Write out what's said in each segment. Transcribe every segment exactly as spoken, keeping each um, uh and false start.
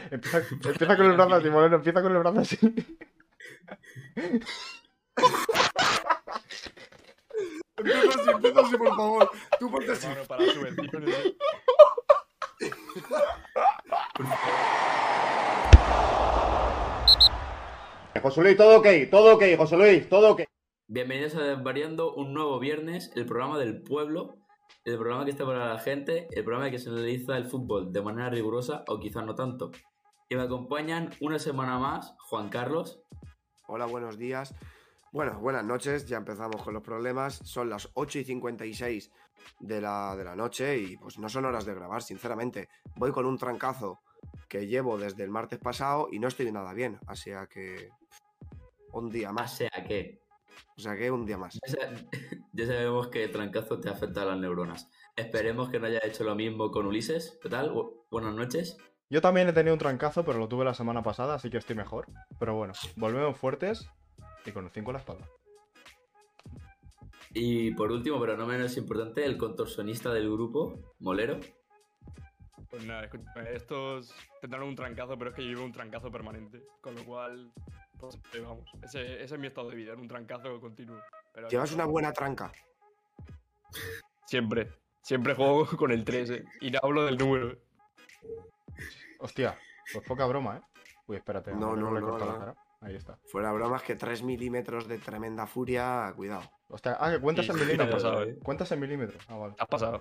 Empieza, empieza con el brazo así, Molero, empieza con el brazo así. Empieza así, empieza así, por favor. Tú ponte así. Hermano, para subvenciones. José Luis, todo ok, todo ok, José Luis, todo ok. Bienvenidos a Desvariando, un nuevo viernes, el programa del pueblo, el programa que está para la gente, el programa que se analiza el fútbol de manera rigurosa o quizás no tanto. Y me acompañan una semana más Juan Carlos. Hola, buenos días. Bueno, buenas noches, ya empezamos con los problemas. Son las ocho y cincuenta y seis de la, de la noche y pues no son horas de grabar, sinceramente. Voy con un trancazo que llevo desde el martes pasado y no estoy nada bien, así que un día O más. sea que, O sea que un día más. ya, sa- ya sabemos que el trancazo te afecta a las neuronas. Esperemos que no haya hecho lo mismo con Ulises. ¿Qué tal? Bu- buenas noches. Yo también he tenido un trancazo, pero lo tuve la semana pasada, así que estoy mejor. Pero bueno, volvemos fuertes y con el cinco en la espalda. Y por último, pero no menos importante, el contorsionista del grupo, Molero. Pues nada, escúchame, estos tendrán un trancazo, pero es que yo llevo un trancazo permanente. Con lo cual, pues eh, vamos, ese, ese es mi estado de vida, un trancazo continuo. Pero Llevas una buena tranca. Siempre, siempre juego con el tres, ¿eh? Y no hablo del número. Hostia, pues poca broma, ¿eh? Uy, espérate, No, a ver, no, le he no, cortado no. la cara. Ahí está. Fuera bromas que tres milímetros de tremenda furia, cuidado. Hostia, ah, que cuentas Sí, en sí, te has milímetros. pasado, ¿eh? Cuentas en milímetros. Ah, vale. Te has pasado.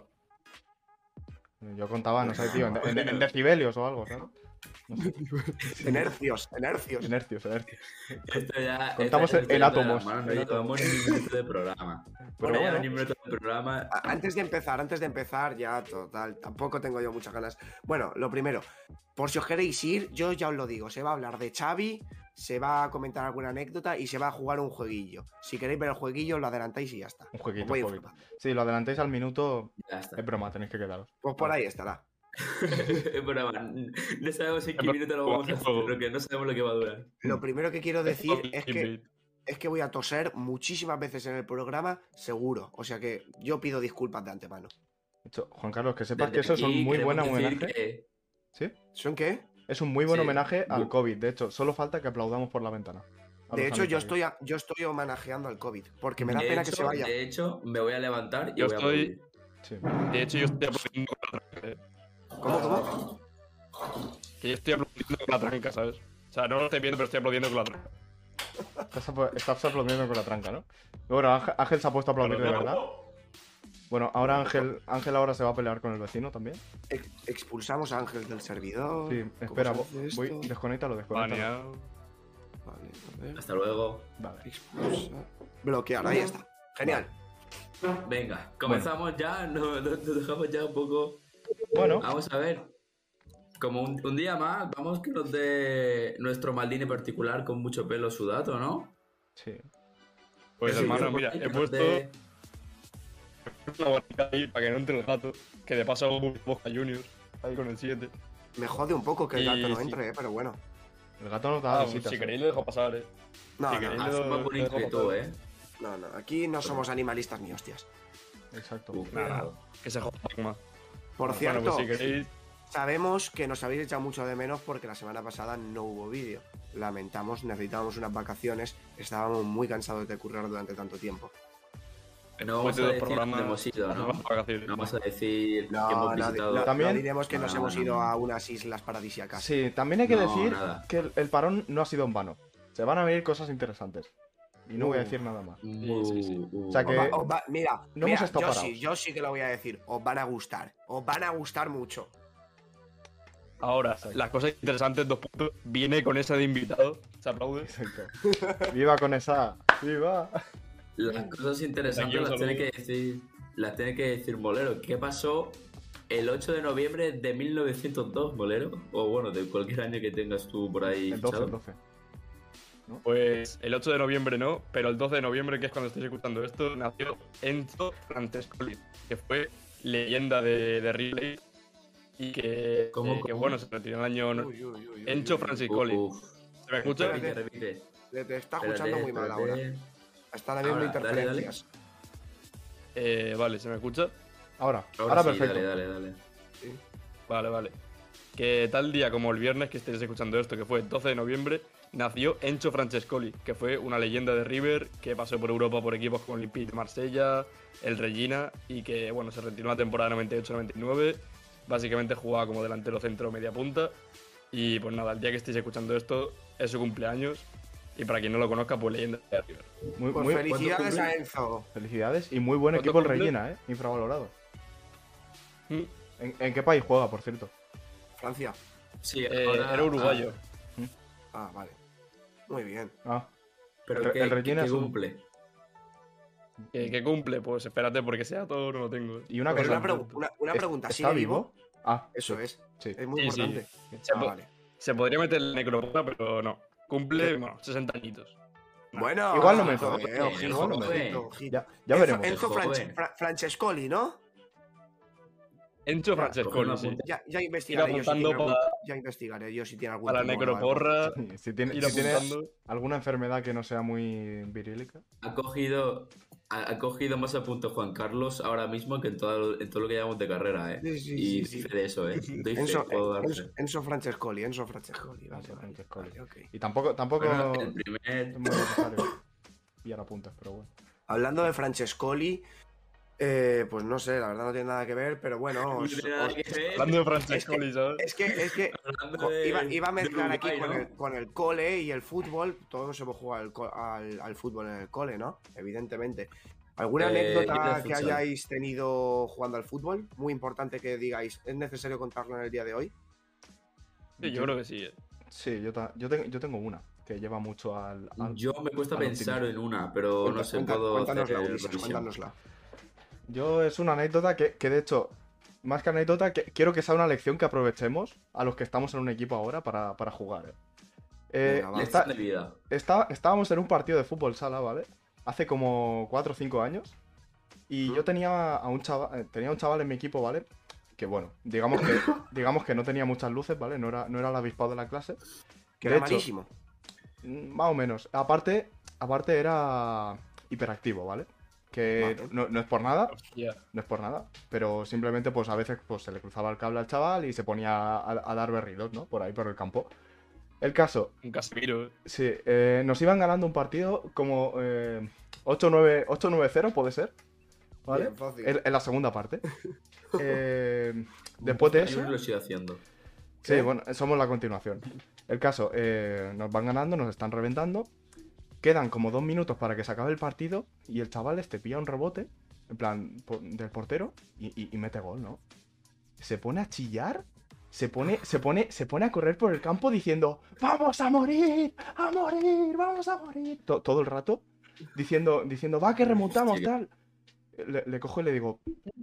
Yo contaba, no sé, tío, en, en- en decibelios o algo, ¿sabes? No sé. En hercios, en hercios. En hercios, en hercios. Esto ya, Contamos esto ya se en está yendo de átomos, las manos, en No llevamos átomos. ni un minuto de programa. Pero Bueno, ya bueno. ni un minuto de programa. A- Antes de empezar, antes de empezar, ya total, tampoco tengo yo muchas ganas. Bueno, lo primero, por si os queréis ir, yo ya os lo digo, se va a hablar de Xavi, se va a comentar alguna anécdota y se va a jugar un jueguillo. Si queréis ver el jueguillo, lo adelantáis y ya está. Un jueguito, Os voy un jueguito. informando. Si lo adelantáis al minuto, Ya está. es broma, tenéis que quedaros. Pues por ahí estará. Es broma. No sabemos en qué Es minuto lo broma, vamos a es hacer, juego. porque no sabemos lo que va a durar. Lo primero que quiero decir es que, Clickbait. es que voy a toser muchísimas veces en el programa, seguro. O sea que yo pido disculpas de antemano. De hecho, Juan Carlos, que sepas que Desde eso es un aquí muy queremos buen decir homenaje. que- ¿Sí? ¿Son qué? Es un muy buen Sí. homenaje al Bu- COVID. De hecho, solo falta que aplaudamos por la ventana. A De los hecho, yo sanitarios. estoy, a- yo estoy homenajeando al COVID, porque me da de pena hecho, que se vaya. De hecho, me voy a levantar y Yo voy a estoy- aplaudir. Sí. De hecho, yo estoy aplaudiendo con la tranca, ¿eh? ¿Cómo, cómo? Que yo estoy aplaudiendo con la tranca, ¿sabes? O sea, no lo estoy viendo, pero estoy aplaudiendo con la tranca. Estás, apl- estás aplaudiendo con la tranca, ¿no? Bueno, Ángel, Ángel se ha puesto a aplaudir de verdad. Bueno, ahora Ángel, Ángel ahora se va a pelear con el vecino también. Ex- expulsamos a Ángel del servidor. Sí, ¿Cómo espera, se vo- hace esto? voy, desconéctalo, desconécalo. Baneado. Vale, a ver. Hasta luego. Vale. Expulsa. Bloquear, ahí está. Genial. Venga, comenzamos ya. Nos, nos- nos dejamos ya un poco. Bueno, Vamos a ver. Como un, un día más, vamos que nos dé nuestro Maldini particular con mucho pelo sudado, ¿no? sí. Pues Sí, hermano, que mira, nos he puesto dé- una bonita ahí para que no entre el gato. Que de paso hago un Boca Juniors. Ahí con el siete. Me jode un poco que el Y gato no sí. entre, eh, pero bueno. El gato nos da Ah, visitas. si ¿eh? queréis lo dejo pasar, eh. No, Sí, no, que- no, Ah, somos lo- muy lo dejo inquietud, pasar. ¿eh? no, no, aquí no somos animalistas ni hostias. Exacto. Uf, Nada, cuidado. que se joda más. Por Bueno, cierto, pues si queréis. sabemos que nos habéis echado mucho de menos porque la semana pasada no hubo vídeo. Lamentamos, necesitábamos unas vacaciones, estábamos muy cansados de currar durante tanto tiempo. No vamos Después de a dos decir programas, dónde hemos ido, ¿no? hacemos vacaciones. No vamos a decir No, que hemos no, di- visitado. no, También- no diremos que nos No, hemos no, ido no. a unas islas paradisíacas. Sí, también hay que No, decir nada. que el, el parón no ha sido en vano. Se van a venir cosas interesantes. Y no voy a Uh. decir nada más. Uh, Sí, sí, sí. uh, O sea Os que- va- os va- mira, no mira, hemos estado yo parados. sí, yo sí que lo voy a decir. Os van a gustar. Os van a gustar mucho. Ahora, Exacto. las cosas interesantes, dos puntos. Viene con esa de invitado. Se aplaude. Exacto. Viva con esa. Viva. Las cosas interesantes Aquí un las tiene saludo. que decir. Las tiene que decir Molero. ¿Qué pasó el ocho de noviembre de mil novecientos dos, Molero? O bueno, de cualquier año que tengas tú por ahí. El doce, fichado. el doce. Pues el ocho de noviembre no, pero el doce de noviembre, que es cuando estoy escuchando esto, nació Enzo Francescoli, que fue leyenda de, de River y que, ¿Cómo, eh, que cómo? bueno, se retiró en el año. Uy, uy, uy, uy, Enzo uy, uy. Francescoli. Uf, ¿Se me escucha? Espérate. repite, repite. Te, te está Espérate, escuchando muy mal ahora. espérate. Están habiendo Ahora, dale, dale. interferencias. Eh, vale, ¿se me escucha? Ahora, Ahora, ahora, sí, perfecto. Dale, dale, dale. Vale, vale. que tal día como el viernes que estéis escuchando esto, que fue el doce de noviembre, nació Enzo Francescoli, que fue una leyenda de River, que pasó por Europa por equipos como Olympique de Marsella, el Regina, y que bueno, se retiró en la temporada noventa y ocho noventa y nueve. Básicamente jugaba como delantero centro media punta. Y pues nada, el día que estéis escuchando esto es su cumpleaños. Y para quien no lo conozca, pues leyenda de River. Muy, Pues muy- felicidades a Enzo. Felicidades y muy buen ¿Cuánto equipo el cumple? Regina, ¿eh? Infravalorado. Mm. ¿En, en qué país juega, por cierto? Francia. Sí, Eh, ahora- era uruguayo. Ah, vale. Muy bien. Ah, Pero el- ¿qué, el Regina qué es un- cumple? ¿Qué, qué cumple? Pues espérate, porque sea todo no lo tengo. y una Pero cosa. una, pregu- una- una ¿es- pregunta, ¿está ¿sigue vivo? Ah, Eso es. sí. Es muy Sí, sí. importante. Se, Ah, po- vale. se podría meter el necropota, pero no. Cumple, bueno, sesenta añitos. Bueno, Igual no me ojito, jodas, eh, ojito, igual no me ojito, jodas. ojito. Ya, ya Enzo- veremos. Enzo Joven. Franche- Fra- Francescoli, ¿no? Enzo Ya, Francescoli, coge sí. una punta. Ya, ya investigaré yo si apuntando tiene algún, para- ya investigaré yo si tiene algún Para la tumor o algo. necroporra, Sí, si tiene, ir si tiene apuntando. alguna enfermedad que no sea muy virílica. Ha cogido, ha, ha cogido más a punto Juan Carlos ahora mismo que en todo, en todo lo que llevamos de carrera, ¿eh? Sí, sí, y sí, sí. fe de eso, ¿eh? Doy fe, Enzo, puedo dar Enzo, fe. Enzo Francescoli, Enzo Francescoli. Vale, Enzo vale, Francescoli. vale, ok. Y tampoco, tampoco Bueno, el es primer... muy necesario pillar apuntes, pero bueno. Hablando de Francescoli, eh, pues no sé, la verdad no tiene nada que ver, pero bueno, os- No tiene nada os- que ver. Hablando de Francescoli, ¿sabes? es que, es que Hablando co- de- iba, iba a de mezclar aquí Uruguay, con, ¿no? el, con el cole y el fútbol. Todos hemos jugado al, co- al- al fútbol en el cole, ¿no? Evidentemente. ¿Alguna Eh, ¿qué anécdota tal que futsal? hayáis tenido jugando al fútbol? Muy importante que digáis, ¿es necesario contarlo en el día de hoy? Sí, yo creo que sí. eh. Sí, yo, ta- yo, tengo, yo tengo una que lleva mucho al. al- Yo me cuesta al pensar optimismo. en una, pero Cuenta- no sé, cuenta- puedo cuéntanosla, hacer Ulises, revisión. cuéntanosla. Yo es una anécdota que, que de hecho, más que anécdota, que, quiero que sea una lección que aprovechemos a los que estamos en un equipo ahora para, para jugar. ¿eh? Eh, Venga, va. está- Lección de vida. está- estábamos en un partido de fútbol sala, ¿vale? Hace como cuatro o cinco años. Y yo tenía a un chaval, eh, tenía un chaval en mi equipo, ¿vale? Que bueno, digamos que, digamos que no tenía muchas luces, ¿vale? No era, no era el avispado de la clase. Que De era hecho, malísimo. Mm, Más o menos. Aparte, aparte era hiperactivo, ¿vale? Que Vale. no, no es por nada, Hostia. no es por nada, pero simplemente pues a veces pues, se le cruzaba el cable al chaval y se ponía a, a dar berridos, ¿no? Por ahí, por el campo. El caso, Un Casemiro. sí, eh, nos iban ganando un partido como eh, ocho nueve cero, puede ser, ¿vale? Bien, fácil. En, en la segunda parte. Eh, después de Yo eso... lo estoy haciendo. Sí, ¿Qué? bueno, somos la continuación. El caso, eh, nos van ganando, nos están reventando. Quedan como dos minutos para que se acabe el partido y el chaval este pilla un rebote, en plan, po- del portero y, y- y mete gol, ¿no? Se pone a chillar, se pone, se pone, se pone a correr por el campo diciendo ¡Vamos a morir! ¡A morir! ¡Vamos a morir! To- todo el rato diciendo, diciendo ¡Va, que remontamos, tal! Le, le cojo y le digo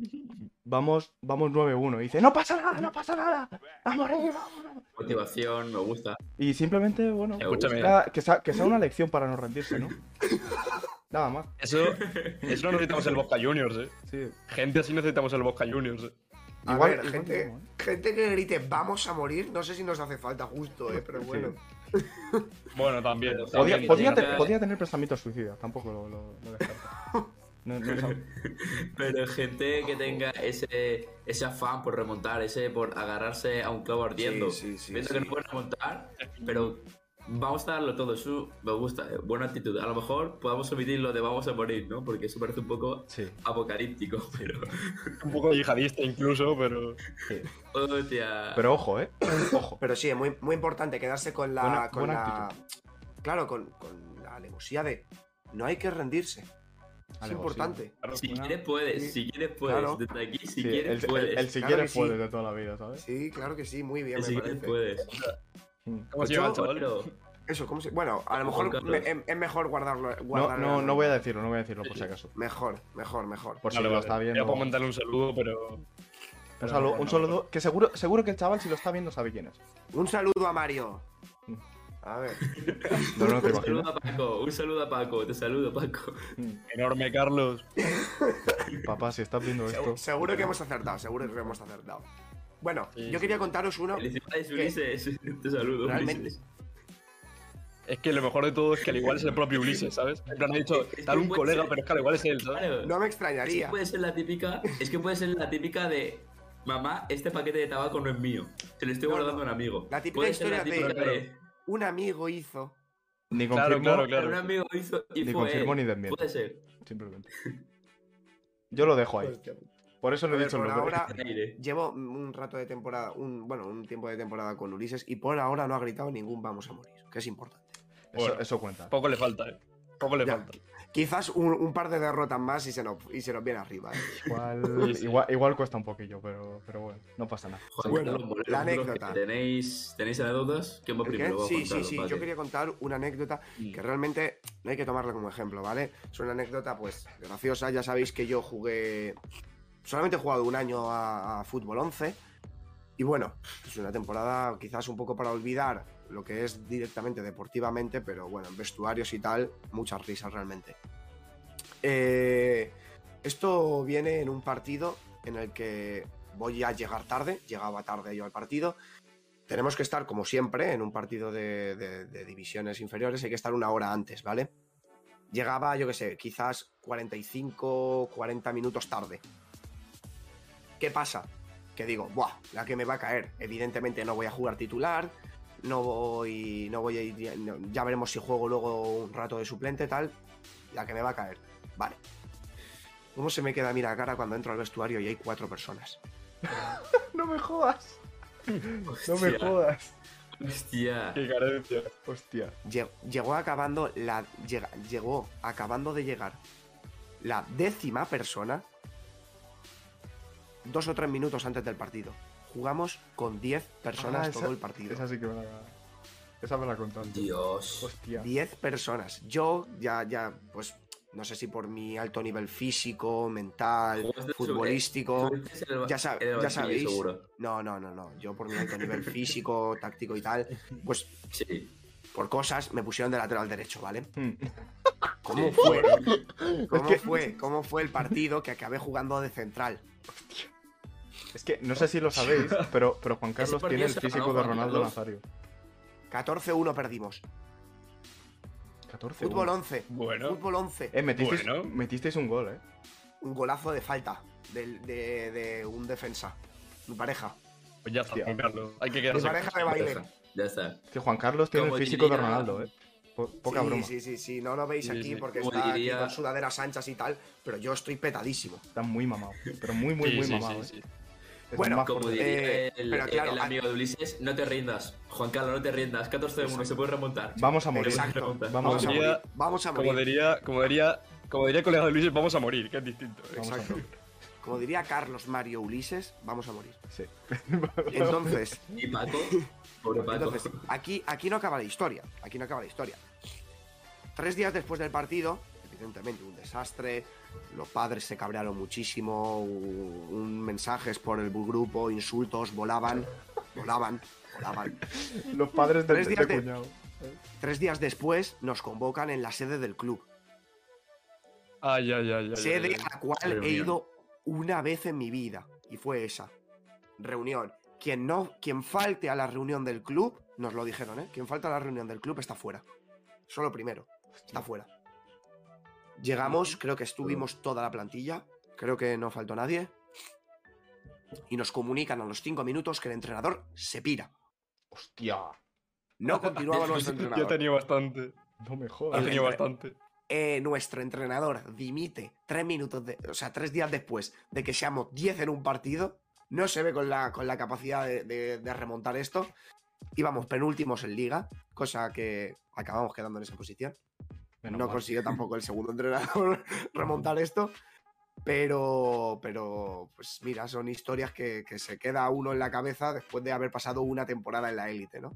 Vamos, vamos nueve uno. Y dice ¡No pasa nada, no pasa nada! ¡A morir, vámonos! Motivación, me gusta. Y simplemente, bueno, Escúchame. nada, que, sea, que sea una lección para no rendirse, ¿no? Nada más. Eso, eso no necesitamos el Boca Juniors, eh. Sí. Gente así necesitamos el Boca Juniors, eh. A Igual- ver, igual gente, mismo, ¿eh? gente que grite vamos a morir, no sé si nos hace falta justo, eh, pero Sí. bueno. Bueno, también. Pero Podía, que podía, tenga- te- podía tener pensamientos suicidas, tampoco lo, lo, lo descarto. No, no es algo- Pero gente que tenga ese, ese afán por remontar, ese por agarrarse a un clavo ardiendo. Sí, sí, sí, Pienso sí. que no puede remontar, pero vamos a darlo todo. Eso me gusta, eh, buena actitud. A lo mejor podamos omitir lo de vamos a morir, ¿no? Porque eso parece un poco Sí, apocalíptico, pero. Un poco yihadista incluso, pero. sí. Hostia. Pero ojo, ¿eh? Ojo. Pero sí, es muy, muy importante quedarse con la. Buena- con buena la claro, con, con la alevosía de no hay que rendirse. Es Alevosía. importante. Claro, Si Una- quieres, puedes. Sí, Si quieres, puedes. claro. Desde aquí, si Sí, quieres, el, puedes. el- el si Claro quieres que sí. puedes de toda la vida, ¿sabes? Sí, claro que sí, muy bien, si me quieres, parece. puedes. Mm. ¿Cómo se Yo- llama el chaval? Pero, Eso, ¿cómo se.? Bueno, a lo Juan mejor Carlos. me- es, es mejor guardarlo. No, guardarlo no, en- no voy a decirlo, no voy a decirlo por si acaso. Mejor, mejor, mejor. Por si Vale, lo vale. está Ya viendo. puedo mandarle un saludo, pero. Un pero saludo, no, un no, saludo. Que seguro, seguro que el chaval, si lo está viendo, sabe quién es. Un saludo a Mario. Mm. A ver. No, no te un imaginas. saludo a Paco, un saludo a Paco, te saludo, Paco. Mm. Enorme, Carlos. Papá, si estás viendo esto. Seguro, seguro que hemos acertado, seguro que hemos acertado. Bueno, Sí, yo sí. quería contaros uno. Felicidades, ¿Qué? Ulises. Te saludo, Realmente. Ulises. Es que lo mejor de todo es que al igual es el propio Ulises, ¿sabes? En plan, he dicho, Es que tal un puede colega, ser. pero es que al igual es él, ¿sabes? Claro. No me Es que extrañaría. puede ser la típica, es que puede ser la típica de mamá, este paquete de tabaco no es mío. Se lo estoy No, guardando no. a un amigo. La típica Puede ser la historia típica de- de... Un amigo hizo. Ni Claro, confirmo, claro, claro. Un amigo hizo y ni fue confirmo él. ni desmiento. Puede ser. Simplemente. Yo lo dejo ahí. Hostia. Por eso no A he ver, dicho el por nombre. ahora Aire. llevo un rato de temporada, un, bueno, un tiempo de temporada con Ulises y por ahora no ha gritado ningún vamos a morir, que es importante. Eso, Bueno. eso cuenta. Poco le falta, ¿eh? Poco le Ya. falta. Quizás un, un par de derrotas más y se nos, y se nos viene arriba. ¿eh? Igual, Sí, sí. igual, igual cuesta un poquillo, pero, pero bueno, no pasa nada. Joder, Bueno, los boleros, la vosotros anécdota. que ¿Tenéis, ¿Tenéis anécdotas? ¿Quién va ¿El qué? primero? Va a Sí, sí, contarlo, sí. Patio. Yo quería contar una anécdota que realmente no hay que tomarla como ejemplo, ¿vale? Es una anécdota, pues, graciosa. Ya sabéis que yo jugué. Solamente he jugado un año a, a Fútbol once. Y bueno, es una temporada quizás un poco para olvidar lo que es directamente deportivamente, pero bueno, en vestuarios y tal, muchas risas realmente. Eh, esto viene en un partido en el que voy a llegar tarde, llegaba tarde yo al partido. Tenemos que estar, como siempre, en un partido de, de- de divisiones inferiores, hay que estar una hora antes, ¿vale? Llegaba, yo qué sé, quizás cuarenta y cinco, cuarenta minutos tarde. ¿Qué pasa? Que digo, buah, la que me va a caer. Evidentemente no voy a jugar titular, no voy, no voy a ir, no- ya veremos si juego luego un rato de suplente, tal. La que me va a caer. Vale. ¿Cómo se me queda mira la cara cuando entro al vestuario y hay cuatro personas? No me jodas. No me Hostia. jodas. Hostia. Qué carencia. Hostia. Lle- Llegó acabando la. llega- Llegó acabando de llegar la décima persona dos o tres minutos antes del partido. Jugamos con diez personas Ah, esa- todo el partido. Esa sí que me la. Esa me la contaste. Dios. Hostia. diez personas. Yo ya, ya, pues, no sé si por mi alto nivel físico, mental, Jugaste futbolístico. sobre- Estuviste en el ba- Ya, sab- en el ya banquillo, sabéis. seguro. No, no, no, no. Yo por mi alto nivel físico, táctico y tal, pues Sí. por cosas me pusieron de lateral derecho, ¿vale? Hmm. ¿Cómo Sí. fue? ¿Cómo que- fue? ¿Cómo fue el partido que acabé jugando de central? Es que no sé si lo sabéis, pero, pero Juan Carlos partido tiene el se físico ganó de Juan Ronaldo Carlos. Nazario. catorce uno perdimos. catorce. Fútbol once. Bueno. Fútbol once. Eh, metisteis, Bueno. metisteis un gol, eh. Un golazo de falta del- de, de un defensa. Mi pareja. Pues ya está, Hostia. Juan Carlos. Hay que Mi quedarse. pareja de Ya baile. está. Ya está. Que Juan Carlos tiene Como el físico de diría- Ronaldo, eh. Po- poca sí, broma. sí, sí, sí. No lo veis Sí, aquí sí. porque Como está diría- aquí con sudaderas anchas y tal, pero yo estoy petadísimo. Está muy mamado. Pero muy, muy, Sí, muy sí, mamado, sí, eh. sí. Es Bueno, más Como fuerte. diría Eh, el, pero claro, el a- amigo de Ulises, no te rindas. Juan Carlos, no te rindas. catorce de uno, se puede remontar. Vamos a morir. Exacto. Vamos Vamos a Diría- morir. Vamos a Como morir. diría, como diría, como diría el colega de Luis, vamos a morir, que es distinto. ¿eh? Vamos a Exacto. morir. Como diría Carlos Mario Ulises, vamos a morir. Sí. Entonces, Y Paco, pobre Paco. entonces aquí, aquí no acaba la historia. Aquí no acaba la historia. Tres días después del partido, evidentemente un desastre. Los padres se cabrearon muchísimo. Un, un mensajes por el grupo, insultos, volaban, volaban, volaban. Los padres del Tres días de de- cuñado. Tres días después nos convocan en la sede del club. Ay, ay, ay, ay. Sede ay, a la cual he Reunión. ido una vez en mi vida. Y fue esa. Reunión. Quien no, quien falte a la reunión del club, nos lo dijeron, ¿eh? Quien falta a la reunión del club está fuera. Solo primero. Está fuera. Llegamos, creo que estuvimos toda la plantilla. Creo que no faltó nadie. Y nos comunican a los cinco minutos que el entrenador se pira. Hostia. No continuaba nuestro Yo he entrenador. tenido bastante. No me He jodas. El- tenido bastante. Eh, nuestro entrenador dimite tres minutos, de, o sea, tres días después de que seamos diez en un partido, no se ve con la, con la capacidad de, de- de remontar esto. Íbamos penúltimos en liga, cosa que acabamos quedando en esa posición. Menos no mal. consiguió tampoco el segundo entrenador remontar esto. Pero, pero, pues mira, son historias que, que se queda uno en la cabeza después de haber pasado una temporada en la élite, ¿no?